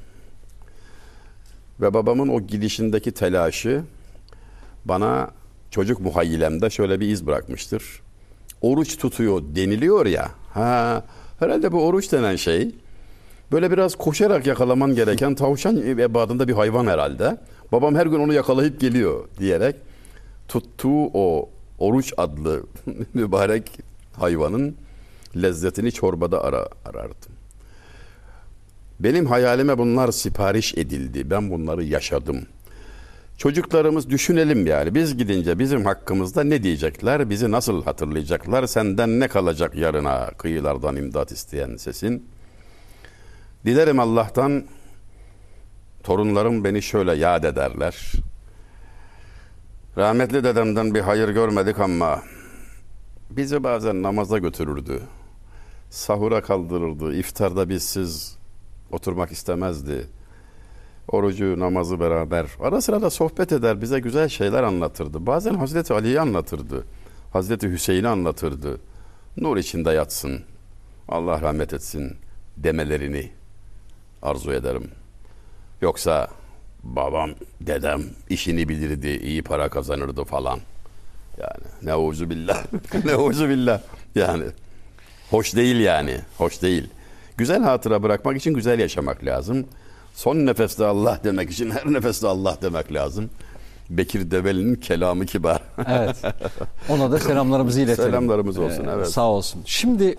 Ve babamın o gidişindeki telaşı bana çocuk muhayyilemde şöyle bir iz bırakmıştır. Oruç tutuyor deniliyor ya. Herhalde bu oruç denen şey böyle biraz koşarak yakalaman gereken tavşan ebadında bir hayvan herhalde. Babam her gün onu yakalayıp geliyor diyerek tuttuğu o oruç adlı mübarek hayvanın lezzetini çorbada arardım. Benim hayalime bunlar sipariş edildi. Ben bunları yaşadım. Çocuklarımız düşünelim yani. Biz gidince bizim hakkımızda ne diyecekler? Bizi nasıl hatırlayacaklar? Senden ne kalacak yarına kıyılardan imdat isteyen sesin? Dilerim Allah'tan torunlarım beni şöyle yad ederler. Rahmetli dedemden bir hayır görmedik ama bizi bazen namaza götürürdü. Sahura kaldırırdı. İftarda bizsiz oturmak istemezdi. Orucu, namazı beraber. Ara sıra da sohbet eder, bize güzel şeyler anlatırdı. Bazen Hazreti Ali'yi anlatırdı. Hazreti Hüseyin'i anlatırdı. Nur içinde yatsın, Allah rahmet etsin demelerini arzu ederim. Yoksa babam, dedem işini bilirdi, iyi para kazanırdı falan. Yani neuzubillah, neuzubillah. Yani hoş değil yani, hoş değil. Güzel hatıra bırakmak için güzel yaşamak lazım. Son nefeste Allah demek için her nefeste Allah demek lazım. Bekir Develi'nin kelamı kibar. Evet. Ona da selamlarımızı iletelim. Selamlarımız olsun. Evet. Sağ olsun. Şimdi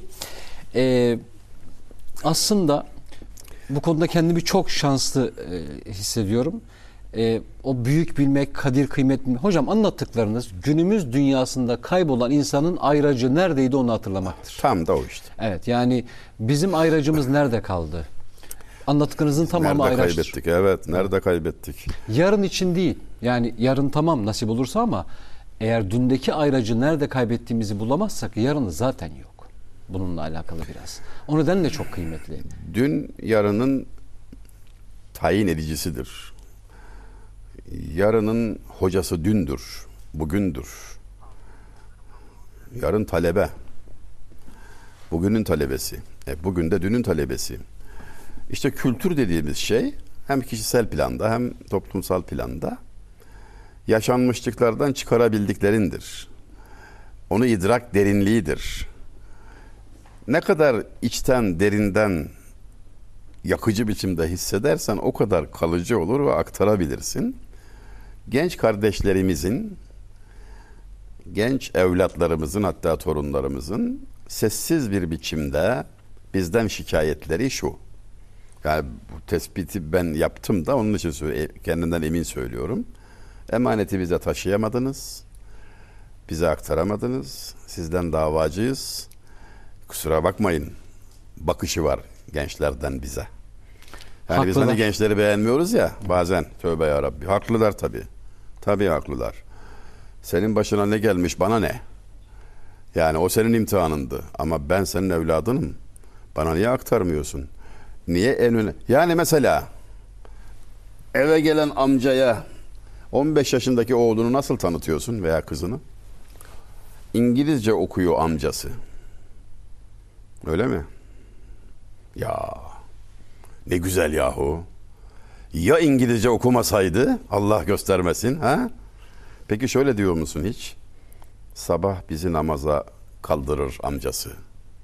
aslında bu konuda kendimi çok şanslı hissediyorum. O büyük bilmek, kadir kıymet bilmek. Hocam anlattıklarınız günümüz dünyasında kaybolan insanın ayracı neredeydi onu hatırlamaktır. Tam da o işte. Evet, yani bizim ayracımız nerede kaldı? Anlattıklarınızın tamamı nerede ayraçtır. kaybettik? Evet, nerede kaybettik? Yarın için değil. Yani yarın tamam nasip olursa ama eğer dündeki ayracı nerede kaybettiğimizi bulamazsak yarını zaten yok. Bununla alakalı biraz. O nedenle çok kıymetli. Dün yarının tayin edicisidir. Yarının hocası dündür, bugündür. Yarın talebe, bugünün talebesi. Bugün de dünün talebesi. İşte kültür dediğimiz şey hem kişisel planda hem toplumsal planda yaşanmışlıklardan çıkarabildiklerindir. Onu idrak derinliğidir. ne kadar içten, derinden yakıcı biçimde hissedersen o kadar kalıcı olur ve aktarabilirsin. Genç kardeşlerimizin, genç evlatlarımızın, hatta torunlarımızın sessiz bir biçimde bizden şikayetleri şu. Yani bu tespiti ben yaptım da onun için kendimden emin söylüyorum. Emaneti bize taşıyamadınız. Bize aktaramadınız. Sizden davacıyız. Kusura bakmayın. Bakışı var gençlerden bize. Yani biz hani gençleri beğenmiyoruz ya bazen. Tövbe yarabbi. Haklılar tabii. Tabii haklılar. Senin başına ne gelmiş bana ne? Yani o senin imtihanındı. Ama ben senin evladınım. Bana niye aktarmıyorsun? Niye en öne? Yani mesela eve gelen amcaya 15 yaşındaki oğlunu nasıl tanıtıyorsun veya kızını? İngilizce okuyor amcası. Öyle mi? Ya ne güzel yahu. Ya İngilizce okumasaydı Allah göstermesin ha? Peki şöyle diyor musun hiç? Sabah bizi namaza kaldırır amcası.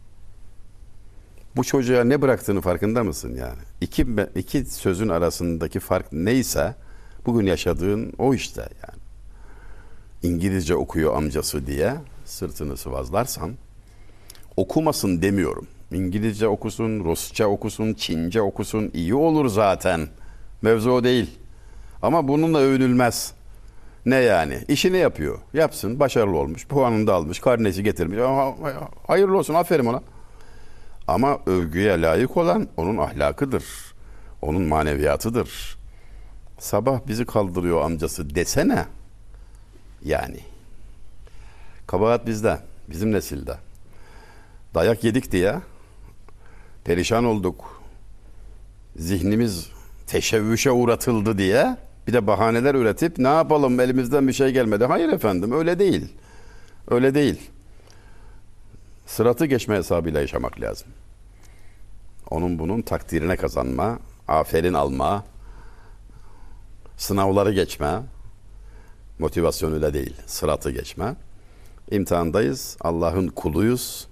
Bu çocuğa ne bıraktığını farkında mısın yani? İki sözün arasındaki fark neyse bugün yaşadığın o işte yani. İngilizce okuyor amcası diye sırtını sıvazlarsan, okumasın demiyorum. İngilizce okusun, Rusça okusun, Çince okusun, iyi olur zaten. Mevzu o değil. Ama bununla övünülmez. Ne yani? İşini yapıyor. Yapsın, başarılı olmuş, puanını da almış, karnesi getirmiş. Hayırlı olsun, aferin ona. Ama övgüye layık olan onun ahlakıdır. Onun maneviyatıdır. Sabah bizi kaldırıyor amcası desene. Yani. Kabahat bizde, bizim nesilde. Dayak yedik diye perişan olduk. Zihnimiz teşebbüşe uğratıldı diye bir de bahaneler üretip ne yapalım elimizden bir şey gelmedi. Hayır efendim öyle değil. Öyle değil. Sıratı geçme hesabıyla yaşamak lazım. Onun bunun takdirine kazanma, aferin alma, sınavları geçme, motivasyonuyla değil, sıratı geçme. İmtihandayız, Allah'ın kuluyuz.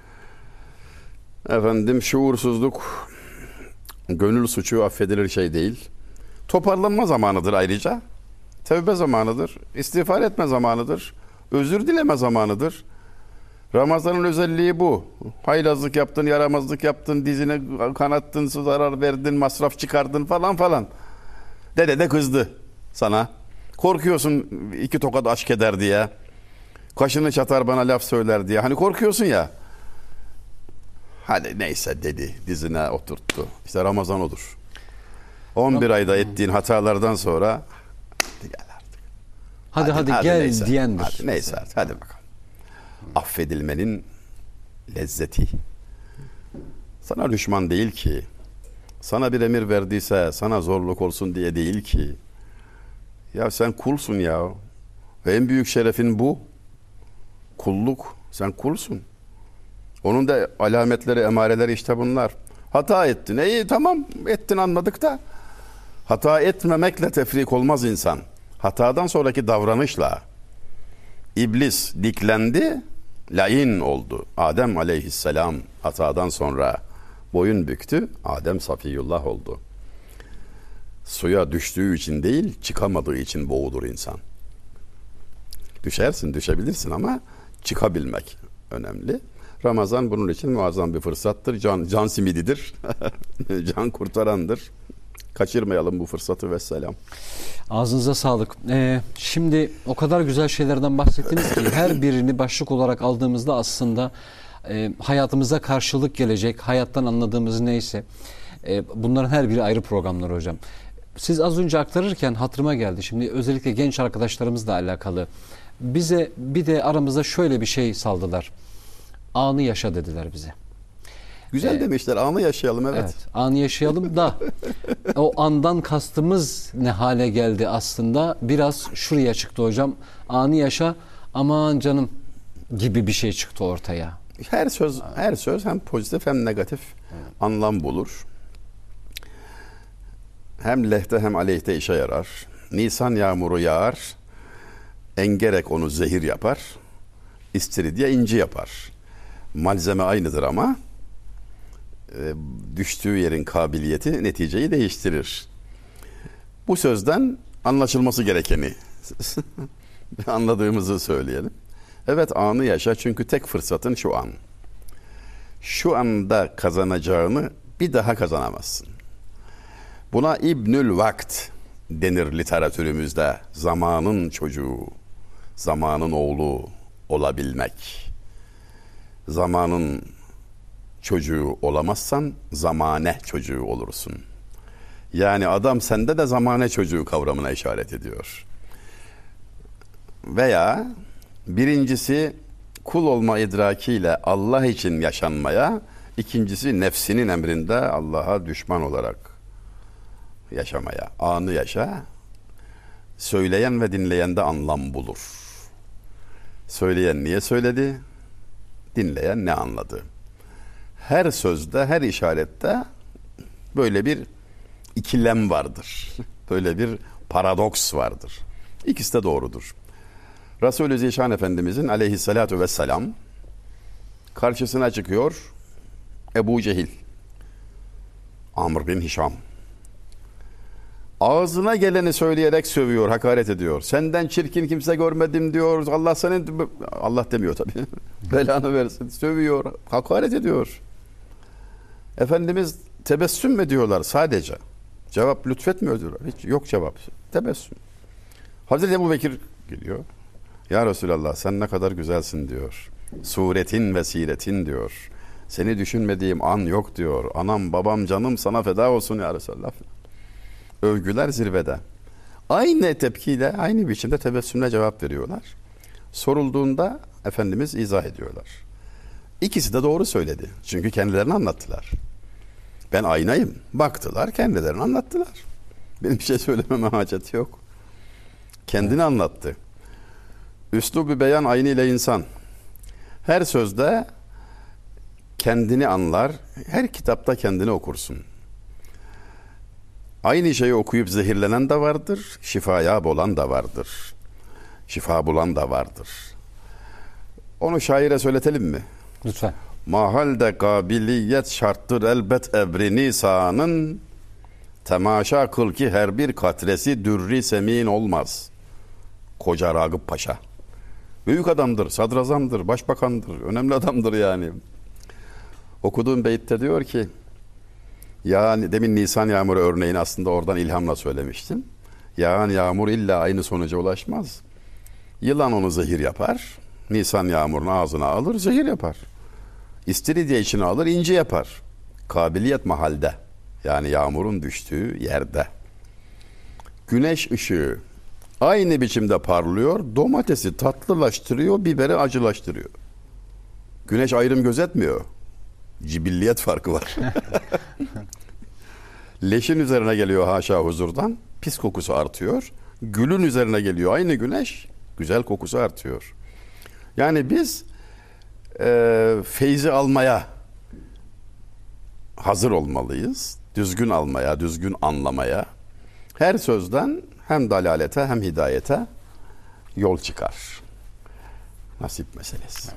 Efendim şuursuzluk, gönül suçu affedilir şey değil. Toparlanma zamanıdır ayrıca. Tevbe zamanıdır, istiğfar etme zamanıdır, özür dileme zamanıdır. Ramazan'ın özelliği bu. Haylazlık yaptın, yaramazlık yaptın, dizine kanattın, zarar verdin, masraf çıkardın falan falan. Dede de kızdı sana. Korkuyorsun iki tokat aşk eder diye. Kaşını çatar bana laf söyler diye. Hani korkuyorsun ya. Hadi neyse dedi, dizine oturttu. İşte Ramazan odur. 11 ayda ettiğin hatalardan sonra hadi gel artık. Hadi gel neyse. diyendir. Hadi, neyse artık, hadi bakalım. Affedilmenin lezzeti. Sana düşman değil ki. Sana bir emir verdiyse sana zorluk olsun diye değil ki. Ya sen kulsun ya. Ve en büyük şerefin bu. Kulluk. Sen kulsun. Onun da alametleri, emareleri işte bunlar. Hata ettin. İyi tamam ettin anladık da. Hata etmemekle tefrik olmaz insan. Hatadan sonraki davranışla. İblis diklendi, lain oldu. Adem aleyhisselam hatadan sonra boyun büktü. Adem Safiyullah oldu. Suya düştüğü için değil, çıkamadığı için boğulur insan. Düşersin, düşebilirsin ama çıkabilmek önemli. Ramazan bunun için muazzam bir fırsattır. Can simididir. Can kurtarandır. Kaçırmayalım bu fırsatı vesselam. Ağzınıza sağlık. Şimdi o kadar güzel şeylerden bahsettiniz ki her birini başlık olarak aldığımızda aslında hayatımıza karşılık gelecek, hayattan anladığımız neyse bunların her biri ayrı programlar hocam. Siz az önce aktarırken hatırıma geldi. Şimdi özellikle genç arkadaşlarımızla alakalı. Bize bir de aramızda şöyle bir şey saldılar. Anı yaşa dediler bize. Güzel demişler. Anı yaşayalım evet. Anı yaşayalım da o andan kastımız ne hale geldi aslında? Biraz şuraya çıktı hocam. Anı yaşa aman canım gibi bir şey çıktı ortaya. Her söz hem pozitif hem negatif anlam bulur. Hem lehte hem aleyhte işe yarar. Nisan yağmuru yağar. Engerek onu zehir yapar. İstiridye inci yapar. Malzeme aynıdır ama düştüğü yerin kabiliyeti neticeyi değiştirir. Bu sözden anlaşılması gerekeni anladığımızı söyleyelim. Evet, anı yaşa, çünkü tek fırsatın şu an. Şu anda kazanacağını bir daha kazanamazsın. Buna İbnül Vakt denir literatürümüzde. Zamanın çocuğu, zamanın oğlu olabilmek. Zamanın çocuğu olamazsan zamane çocuğu olursun. Yani adam sende de zamane çocuğu kavramına işaret ediyor. Veya birincisi kul olma idrakiyle Allah için yaşanmaya, ikincisi nefsinin emrinde Allah'a düşman olarak yaşamaya. Anı yaşa, söyleyen ve dinleyen de anlam bulur. Söyleyen niye söyledi, dinleyen ne anladı? Her sözde, her işarette böyle bir ikilem vardır. Böyle bir paradoks vardır. İkisi de doğrudur. Resulü Zişan Efendimizin aleyhissalatu vesselam karşısına çıkıyor Ebu Cehil, Amr bin Hişam. Ağzına geleni söyleyerek sövüyor, hakaret ediyor. Senden çirkin kimse görmedim diyor. Allah senin, Allah demiyor tabii. Belanı versin. Sövüyor, hakaret ediyor. Efendimiz tebessüm ediyorlar sadece. Cevap lütfetmiyor diyorlar. Hiç yok cevap. Tebessüm. Hazreti Ebubekir geliyor. Ya Resulallah, sen ne kadar güzelsin diyor. Suretin ve siretin diyor. Seni düşünmediğim an yok diyor. Anam babam canım sana feda olsun ya Resulallah. Övgüler zirvede. Aynı tepkiyle, aynı biçimde tebessümle cevap veriyorlar. Sorulduğunda Efendimiz izah ediyorlar. İkisi de doğru söyledi. Çünkü kendilerini anlattılar. Ben aynayım. Baktılar, kendilerini anlattılar. Benim bir şey söylememe hacet yok. Kendini anlattı. Üslûb-ü beyan aynı ile insan. Her sözde kendini anlar, her kitapta kendini okursun. Aynı şeyi okuyup zehirlenen de vardır, şifaya bulan da vardır. Şifa bulan da vardır. Onu şaire söyletelim mi? Lütfen. Mahalde kabiliyet şarttır elbet ebri nisanın, temaşa kıl ki her bir katresi dürri semin olmaz. Koca Ragıp Paşa. Büyük adamdır, sadrazamdır, başbakandır, önemli adamdır yani. Okuduğum beytte diyor ki, yani demin Nisan yağmuru örneğini aslında oradan ilhamla söylemiştim. Yağan yağmur illa aynı sonuca ulaşmaz. Yılan onu zehir yapar. Nisan yağmurunu ağzına alır, zehir yapar. İstiridye içine alır, inci yapar. Kabiliyet mahalde. Yani yağmurun düştüğü yerde. Güneş ışığı aynı biçimde parlıyor. Domatesi tatlılaştırıyor, biberi acılaştırıyor. Güneş ayrım gözetmiyor. Cibilliyet farkı var. Leşin üzerine geliyor haşa huzurdan, pis kokusu artıyor. Gülün üzerine geliyor aynı güneş, güzel kokusu artıyor. Yani biz feyzi almaya hazır olmalıyız. Düzgün almaya, düzgün anlamaya. Her sözden hem dalalete hem hidayete yol çıkar. Nasip meselesi.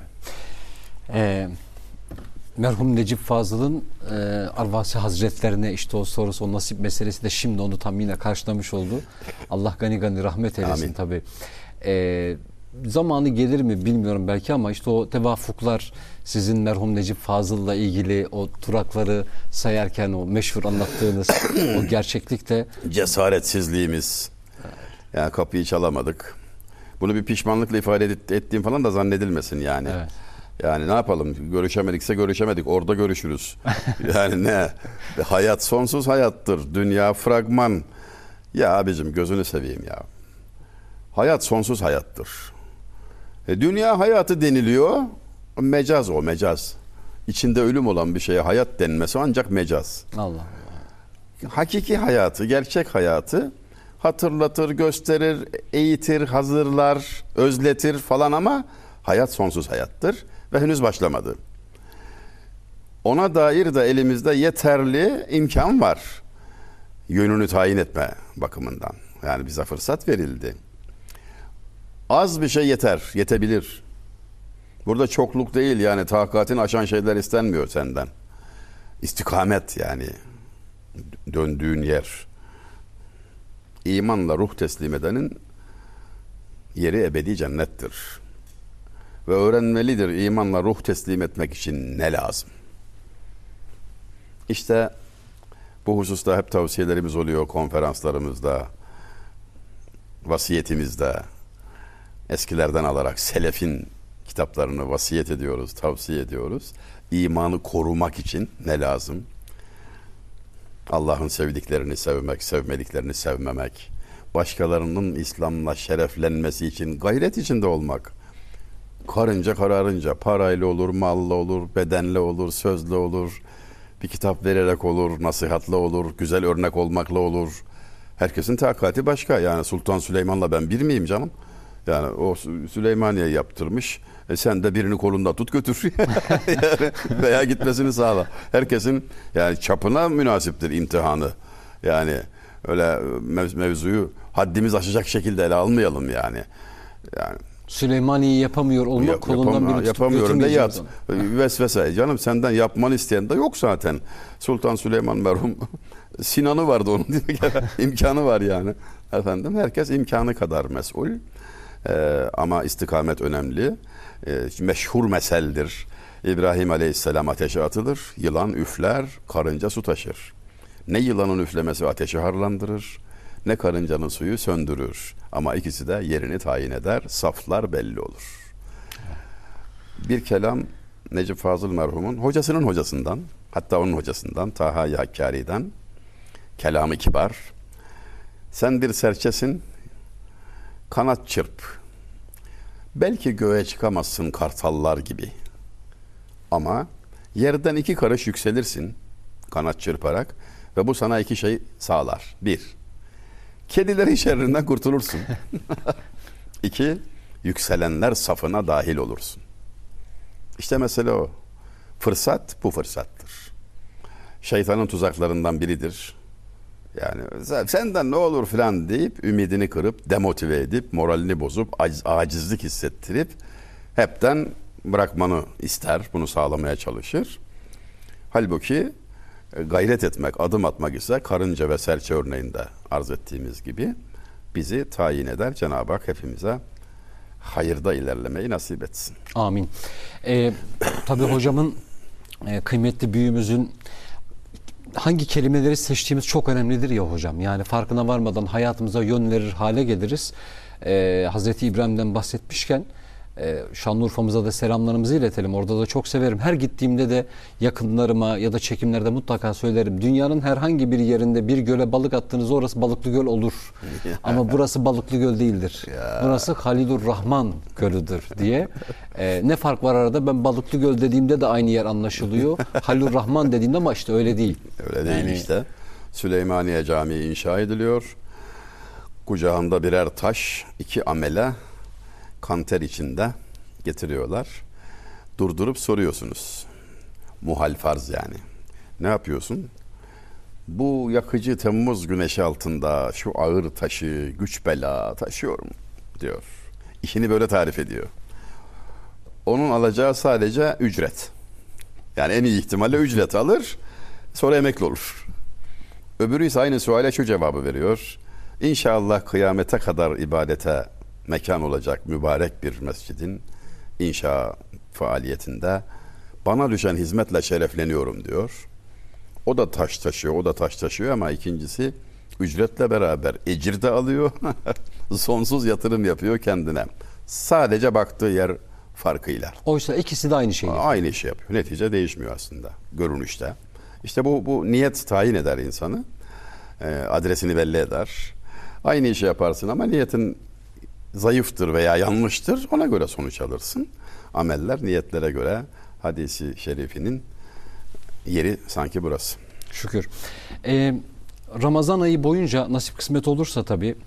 Merhum Necip Fazıl'ın Arvasi Hazretlerine işte o sorusu, o nasip meselesi de şimdi onu tam yine karşılamış oldu. Allah gani gani rahmet eylesin tabii. Zamanı gelir mi bilmiyorum belki ama işte o tevafuklar sizin merhum Necip Fazıl'la ilgili o durakları sayarken o meşhur anlattığınız o gerçeklikte cesaretsizliğimiz. Yani kapıyı çalamadık. Bunu bir pişmanlıkla ifade ettiğim falan da zannedilmesin yani. Evet. Yani ne yapalım? Görüşemedikse görüşemedik. Orada görüşürüz. Yani ne? Hayat sonsuz hayattır. Dünya fragman. Ya abicim gözünü seveyim ya. Hayat sonsuz hayattır. Dünya hayatı deniliyor. Mecaz o, mecaz. İçinde ölüm olan bir şeye hayat denmesi ancak mecaz. Allah Allah. Hakiki hayatı, gerçek hayatı hatırlatır, gösterir, eğitir, hazırlar, özletir falan ama hayat sonsuz hayattır ve henüz başlamadı. Ona dair de elimizde yeterli imkan var. Yönünü tayin etme bakımından. Yani bize fırsat verildi. Az bir şey yeter, yetebilir. Burada çokluk değil, yani takatini aşan şeyler istenmiyor senden. İstikamet, yani döndüğün yer. İmanla ruh teslim edenin yeri ebedi cennettir. Ve öğrenmelidir imanla ruh teslim etmek için ne lazım. İşte bu hususta hep tavsiyelerimiz oluyor konferanslarımızda, vasiyetimizde. Eskilerden alarak selefin kitaplarını vasiyet ediyoruz, tavsiye ediyoruz. İmanı korumak için ne lazım? Allah'ın sevdiklerini sevmek, sevmediklerini sevmemek, başkalarının İslam'la şereflenmesi için gayret içinde olmak. Karınca kararınca, parayla olur, malla olur, bedenle olur, sözle olur, bir kitap vererek olur, nasihatla olur, güzel örnek olmakla olur. Herkesin takati başka. Yani Sultan Süleyman'la ben bir miyim canım? Yani o Süleymaniye yaptırmış. Sen de birini kolunda tut götür. Yani veya gitmesini sağla. Herkesin yani çapına münasiptir imtihanı. Yani öyle mevzuyu haddimiz aşacak şekilde ele almayalım yani. Yani Süleymaniye'yi yapamıyor olmak kolundan biri tutup yapamıyorum da yat. onu. Vesvese. Canım senden yapmanı isteyen de yok zaten. Sultan Süleyman merhum Sinan'ı vardı onun imkanı var yani. Efendim herkes imkanı kadar mesul. Ama istikamet önemli. Meşhur meseldir. İbrahim Aleyhisselam ateşe atılır. Yılan üfler, karınca su taşır. Ne yılanın üflemesi ateşi harlandırır, ne karıncanın suyu söndürür. Ama ikisi de yerini tayin eder, saflar belli olur. Bir kelam Necip Fazıl merhumun hocasının hocasından, hatta onun hocasından, Taha Hakkari'den, kelamı kibar. Sen bir serçesin, kanat çırp. Belki göğe çıkamazsın kartallar gibi. Ama yerden 2 karış yükselirsin kanat çırparak ve bu sana 2 şey sağlar. 1. Kedilerin şerrinden kurtulursun. 2. Yükselenler safına dahil olursun. İşte mesele o. Fırsat bu fırsattır. Şeytanın tuzaklarından biridir. Yani senden ne olur filan deyip ümidini kırıp demotive edip moralini bozup acizlik hissettirip hepten bırakmanı ister. Bunu sağlamaya çalışır. Halbuki gayret etmek, adım atmak ise karınca ve serçe örneğinde arz ettiğimiz gibi bizi tayin eder. Cenab-ı Hak hepimize hayırda ilerlemeyi nasip etsin. Amin. Tabii hocamın, kıymetli büyüğümüzün hangi kelimeleri seçtiğimiz çok önemlidir ya hocam. Yani farkına varmadan hayatımıza yön verir hale geliriz. Hazreti İbrahim'den bahsetmişken Şanlıurfa'mıza da selamlarımızı iletelim. Orada da çok severim. Her gittiğimde de yakınlarıma ya da çekimlerde mutlaka söylerim. Dünyanın herhangi bir yerinde bir göle balık attığınızda orası Balıklı Göl olur. Ama burası Balıklı Göl değildir. Burası Halilur Rahman Gölü'dür diye. Ne fark var arada? Ben Balıklı Göl dediğimde de aynı yer anlaşılıyor. Halilur Rahman dediğimde ama işte öyle değil. Öyle değil yani... işte. Süleymaniye Camii inşa ediliyor. Kucağında birer taş, 2 amele kanter içinde getiriyorlar. Durdurup soruyorsunuz. Muhal farz yani. Ne yapıyorsun? Bu yakıcı Temmuz güneşi altında şu ağır taşı güç bela taşıyorum diyor. İşini böyle tarif ediyor. Onun alacağı sadece ücret. Yani en iyi ihtimalle ücret alır, sonra emekli olur. Öbürü ise aynı suale şu cevabı veriyor. İnşallah kıyamete kadar ibadete mekan olacak mübarek bir mescidin inşa faaliyetinde bana düşen hizmetle şerefleniyorum diyor. O da taş taşıyor, o da taş taşıyor ama ikincisi ücretle beraber ecir de alıyor. Sonsuz yatırım yapıyor kendine. Sadece baktığı yer farkıyla. Oysa ikisi de aynı şey. Aynı işi yapıyor. Netice değişmiyor aslında görünüşte. İşte bu niyet tayin eder insanı. Adresini belli eder. Aynı işi yaparsın ama niyetin zayıftır veya yanlıştır. Ona göre sonuç alırsın. Ameller niyetlere göre hadisi şerifinin yeri sanki burası. Şükür. Ramazan ayı boyunca nasip kısmet olursa tabii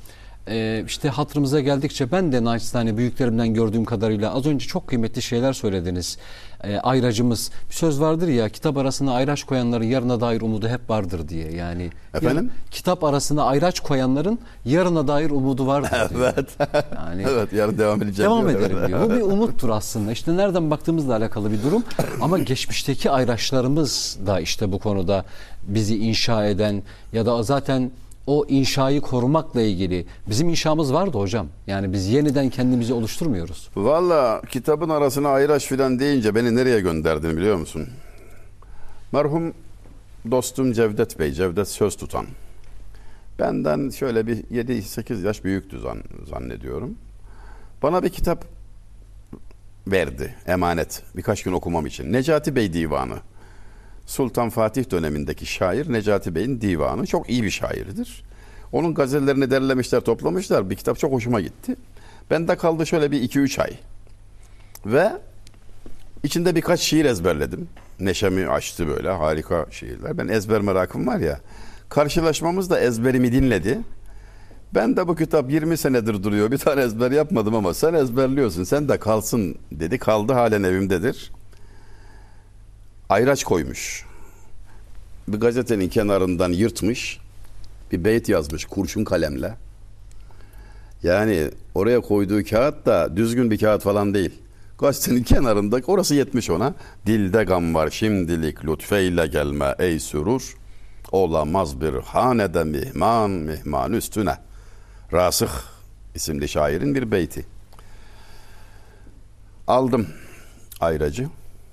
işte hatırımıza geldikçe ben de naçizane büyüklerimden gördüğüm kadarıyla az önce çok kıymetli şeyler söylediniz. Ayracımız, bir söz vardır ya, kitap arasına ayraç koyanların yarına dair umudu hep vardır diye. Yani Efendim? kitap arasına ayraç koyanların yarına dair umudu vardır diyor. Evet. Yani Evet, yarın devam edeceğim. devam diyor. ederim diyor. Bu bir umuttur aslında. İşte nereden baktığımızla alakalı bir durum. Ama geçmişteki ayraçlarımız da işte bu konuda bizi inşa eden ya da zaten o inşayı korumakla ilgili bizim inşamız vardı hocam. Yani biz yeniden kendimizi oluşturmuyoruz. Valla kitabın arasına ayraç filan deyince beni nereye gönderdin biliyor musun? Merhum dostum Cevdet Bey, Cevdet Söz Tutan. Benden şöyle bir 7-8 yaş büyüktü zannediyorum. Bana bir kitap verdi, emanet, birkaç gün okumam için. Necati Bey Divanı. Sultan Fatih dönemindeki şair Necati Bey'in divanı. Çok iyi bir şairdir. Onun gazellerini derlemişler, toplamışlar. Bir kitap çok hoşuma gitti. Bende kaldı şöyle bir 2-3 ay. Ve içinde birkaç şiir ezberledim. Neşemi açtı böyle, harika şiirler. Ben ezber merakım var ya. Karşılaşmamızda ezberimi dinledi. Ben de bu kitap 20 senedir duruyor. Bir tane ezber yapmadım ama sen ezberliyorsun. Sen de kalsın dedi. Kaldı, halen evimdedir. Ayraç koymuş. Bir gazetenin kenarından yırtmış. Bir beyt yazmış kurşun kalemle. Yani oraya koyduğu kağıt da düzgün bir kağıt falan değil. Gazetenin kenarında, orası yetmiş ona. Dilde gam var şimdilik lütfeyle gelme ey sürur. Olamaz bir hanede mihman üstüne. Rasıh isimli şairin bir beyti. Aldım ayracı.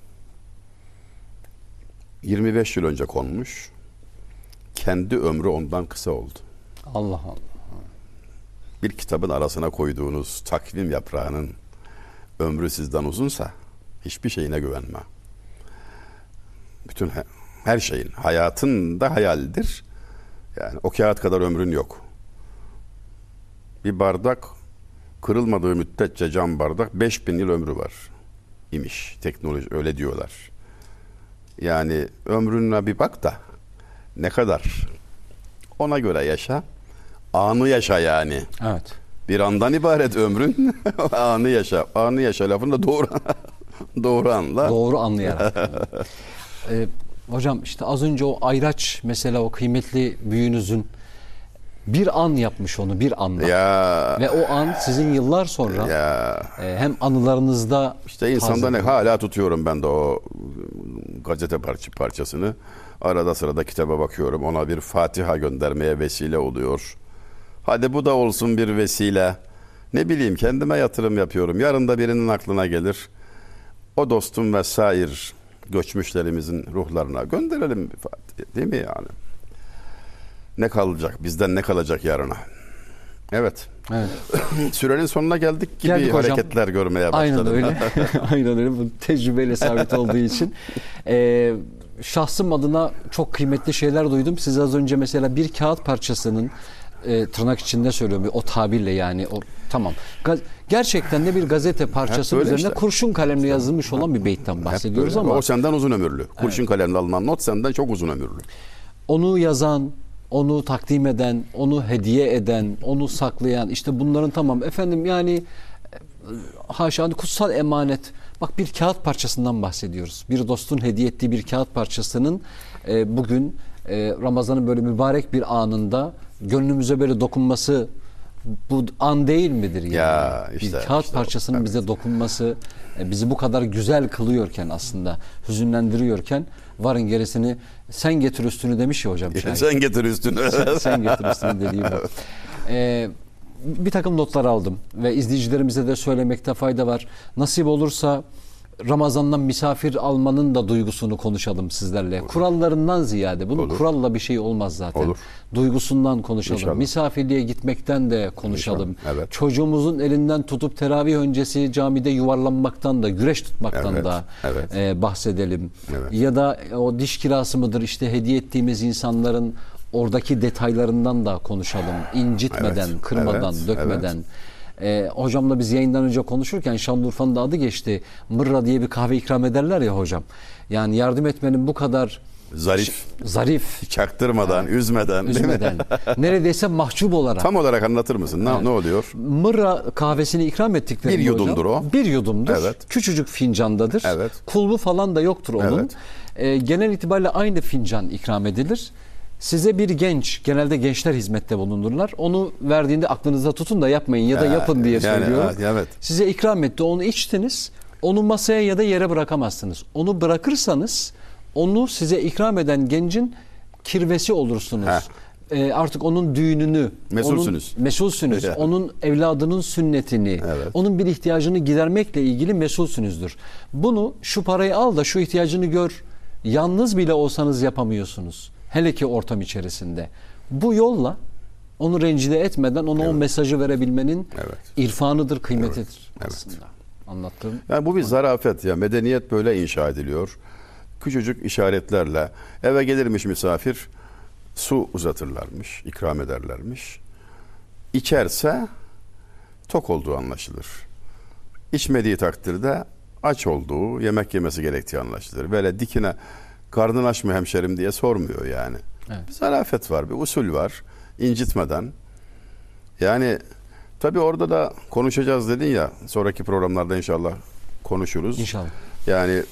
25 yıl önce konmuş. Kendi ömrü ondan kısa oldu. Allah Allah. Bir kitabın arasına koyduğunuz takvim yaprağının ömrü sizden uzunsa hiçbir şeyine güvenme. Bütün her şeyin, hayatın da hayaldir. Yani o kağıt kadar ömrün yok. Bir bardak kırılmadığı müddetçe, cam bardak 5000 yıl ömrü var imiş. Teknoloji öyle diyorlar. Yani ömrüne bir bak da ne kadar, ona göre yaşa. Anı yaşa yani. Evet. Bir andan ibaret ömrün. Anı yaşa. Anı yaşa lafını da doğru anla. Doğru anlayarak. Hocam işte az önce o ayraç mesela, o kıymetli büyüğünüzün bir an yapmış onu, bir anda. Ya. Ve o an sizin yıllar sonra Ya. hem anılarınızda İşte insanda ne hala tutuyorum ben de o gazete parçasını. Arada sırada kitaba bakıyorum. Ona bir Fatiha göndermeye vesile oluyor. Hadi bu da olsun bir vesile. Ne bileyim, kendime yatırım yapıyorum. Yarın da birinin aklına gelir. O dostum ve sair göçmüşlerimizin ruhlarına gönderelim bir Fatiha. Değil mi yani? Ne kalacak? Bizden ne kalacak yarına? Evet. evet. Sürenin sonuna geldik gibi Geldik hocam. hareketler görmeye başladım. Aynen öyle. Aynen öyle. Bu tecrübeyle sabit olduğu için. Şahsım adına çok kıymetli şeyler duydum. Siz az önce mesela bir kağıt parçasının tırnak içinde söylüyorum o tabirle, yani o tamam. Gerçekten de bir gazete parçasının üzerine işte kurşun kalemle yazılmış olan bir beytten bahsediyoruz ama o senden uzun ömürlü. Kurşun kalemle alınan not senden çok uzun ömürlü. onu yazan, onu takdim eden, onu hediye eden, onu saklayan, işte bunların tamam efendim yani haşa kutsal emanet. Bak, bir kağıt parçasından bahsediyoruz. Bir dostun hediye ettiği bir kağıt parçasının bugün Ramazan'ın böyle mübarek bir anında gönlümüze böyle dokunması, bu an değil midir yani? Ya işte, bir kağıt işte parçasının evet. bize dokunması bizi bu kadar güzel kılıyorken, aslında hüzünlendiriyorken, varın gerisini sen getir üstünü demiş ya hocam. Sen getir üstünü. sen getir üstünü dediğim o. Bir takım notlar aldım ve izleyicilerimize de söylemekte fayda var. Nasip olursa Ramazan'dan misafir almanın da duygusunu konuşalım sizlerle. Olur. Kurallarından ziyade, bunun olur. Kuralla bir şey olmaz zaten. Olur. Duygusundan konuşalım. İnşallah. Misafirliğe gitmekten de konuşalım. Evet. Çocuğumuzun elinden tutup teravih öncesi camide yuvarlanmaktan da, güreş tutmaktan da bahsedelim. Evet. Ya da o diş kirası mıdır, işte hediye ettiğimiz insanların oradaki detaylarından da konuşalım. İncitmeden, kırmadan, dökmeden. Hocamla biz yayından önce konuşurken Şanlıurfa'nın da adı geçti. Mırra diye bir kahve ikram ederler ya hocam. Yani yardım etmenin bu kadar Zarif, Zarif, çaktırmadan, üzmeden, değil mi? üzmeden, neredeyse mahcup olarak. Tam olarak anlatır mısın? Ne oluyor? Mırra kahvesini ikram ettiklerinde Bir yudumdur hocam, o. bir yudumdur. Evet. Küçücük fincandadır. Evet. Kulbu falan da yoktur onun. Genel itibariyle aynı fincan ikram edilir. Size bir genç, genelde gençler hizmette bulundururlar. Onu verdiğinde aklınızda tutun da yapmayın ya da yapın diye söylüyorum. Evet. Size ikram etti, onu içtiniz. Onu masaya ya da yere bırakamazsınız. Onu bırakırsanız onu size ikram eden gencin kirvesi olursunuz. Artık onun düğününü, mesulsünüz. Yani. Onun evladının sünnetini, onun bir ihtiyacını gidermekle ilgili mesulsünüzdür. Bunu, şu parayı al da şu ihtiyacını gör, yalnız bile olsanız yapamıyorsunuz. Hele ki ortam içerisinde. Bu yolla onu rencide etmeden ona o mesajı verebilmenin irfanıdır, kıymetidir aslında. Anlattığım. Yani bu bir zarafet ya. Medeniyet böyle inşa ediliyor. Küçücük işaretlerle eve gelirmiş misafir, su uzatırlarmış, ikram ederlermiş. İçerse tok olduğu anlaşılır. İçmediği takdirde aç olduğu, yemek yemesi gerektiği anlaşılır. Böyle dikine karnın aç mı hemşerim diye sormuyor yani. Evet. Bir zarafet var, bir usul var. İncitmeden. Yani tabii orada da konuşacağız dedin ya. Sonraki programlarda inşallah konuşuruz. İnşallah. Yani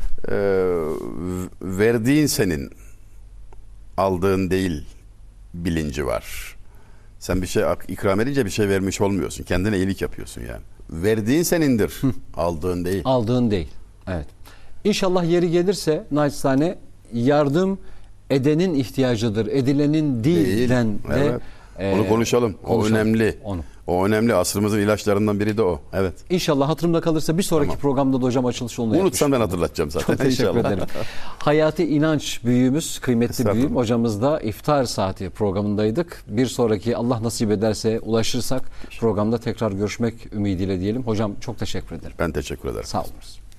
verdiğin senin, aldığın değil bilinci var. Sen bir şey ikram edince bir şey vermiş olmuyorsun. Kendine iyilik yapıyorsun yani. Verdiğin senindir, aldığın değil. Aldığın değil. Evet. İnşallah yeri gelirse naçizane yardım edenin ihtiyacıdır, edilenin değilden de onu konuşalım. O önemli. Onu. O önemli. Asrımızın ilaçlarından biri de o. Evet. İnşallah hatırımda kalırsa bir sonraki programda da hocam açılış yolunu yapmış. Unutsan ben hatırlatacağım zaten. Çok teşekkür ederim. Hayati İnanç büyüğümüz, kıymetli büyüğüm hocamız da iftar saati programındaydık. Bir sonraki Allah nasip ederse ulaşırsak programda tekrar görüşmek ümidiyle diyelim. Hocam çok teşekkür ederim. Ben teşekkür ederim. Sağ olun.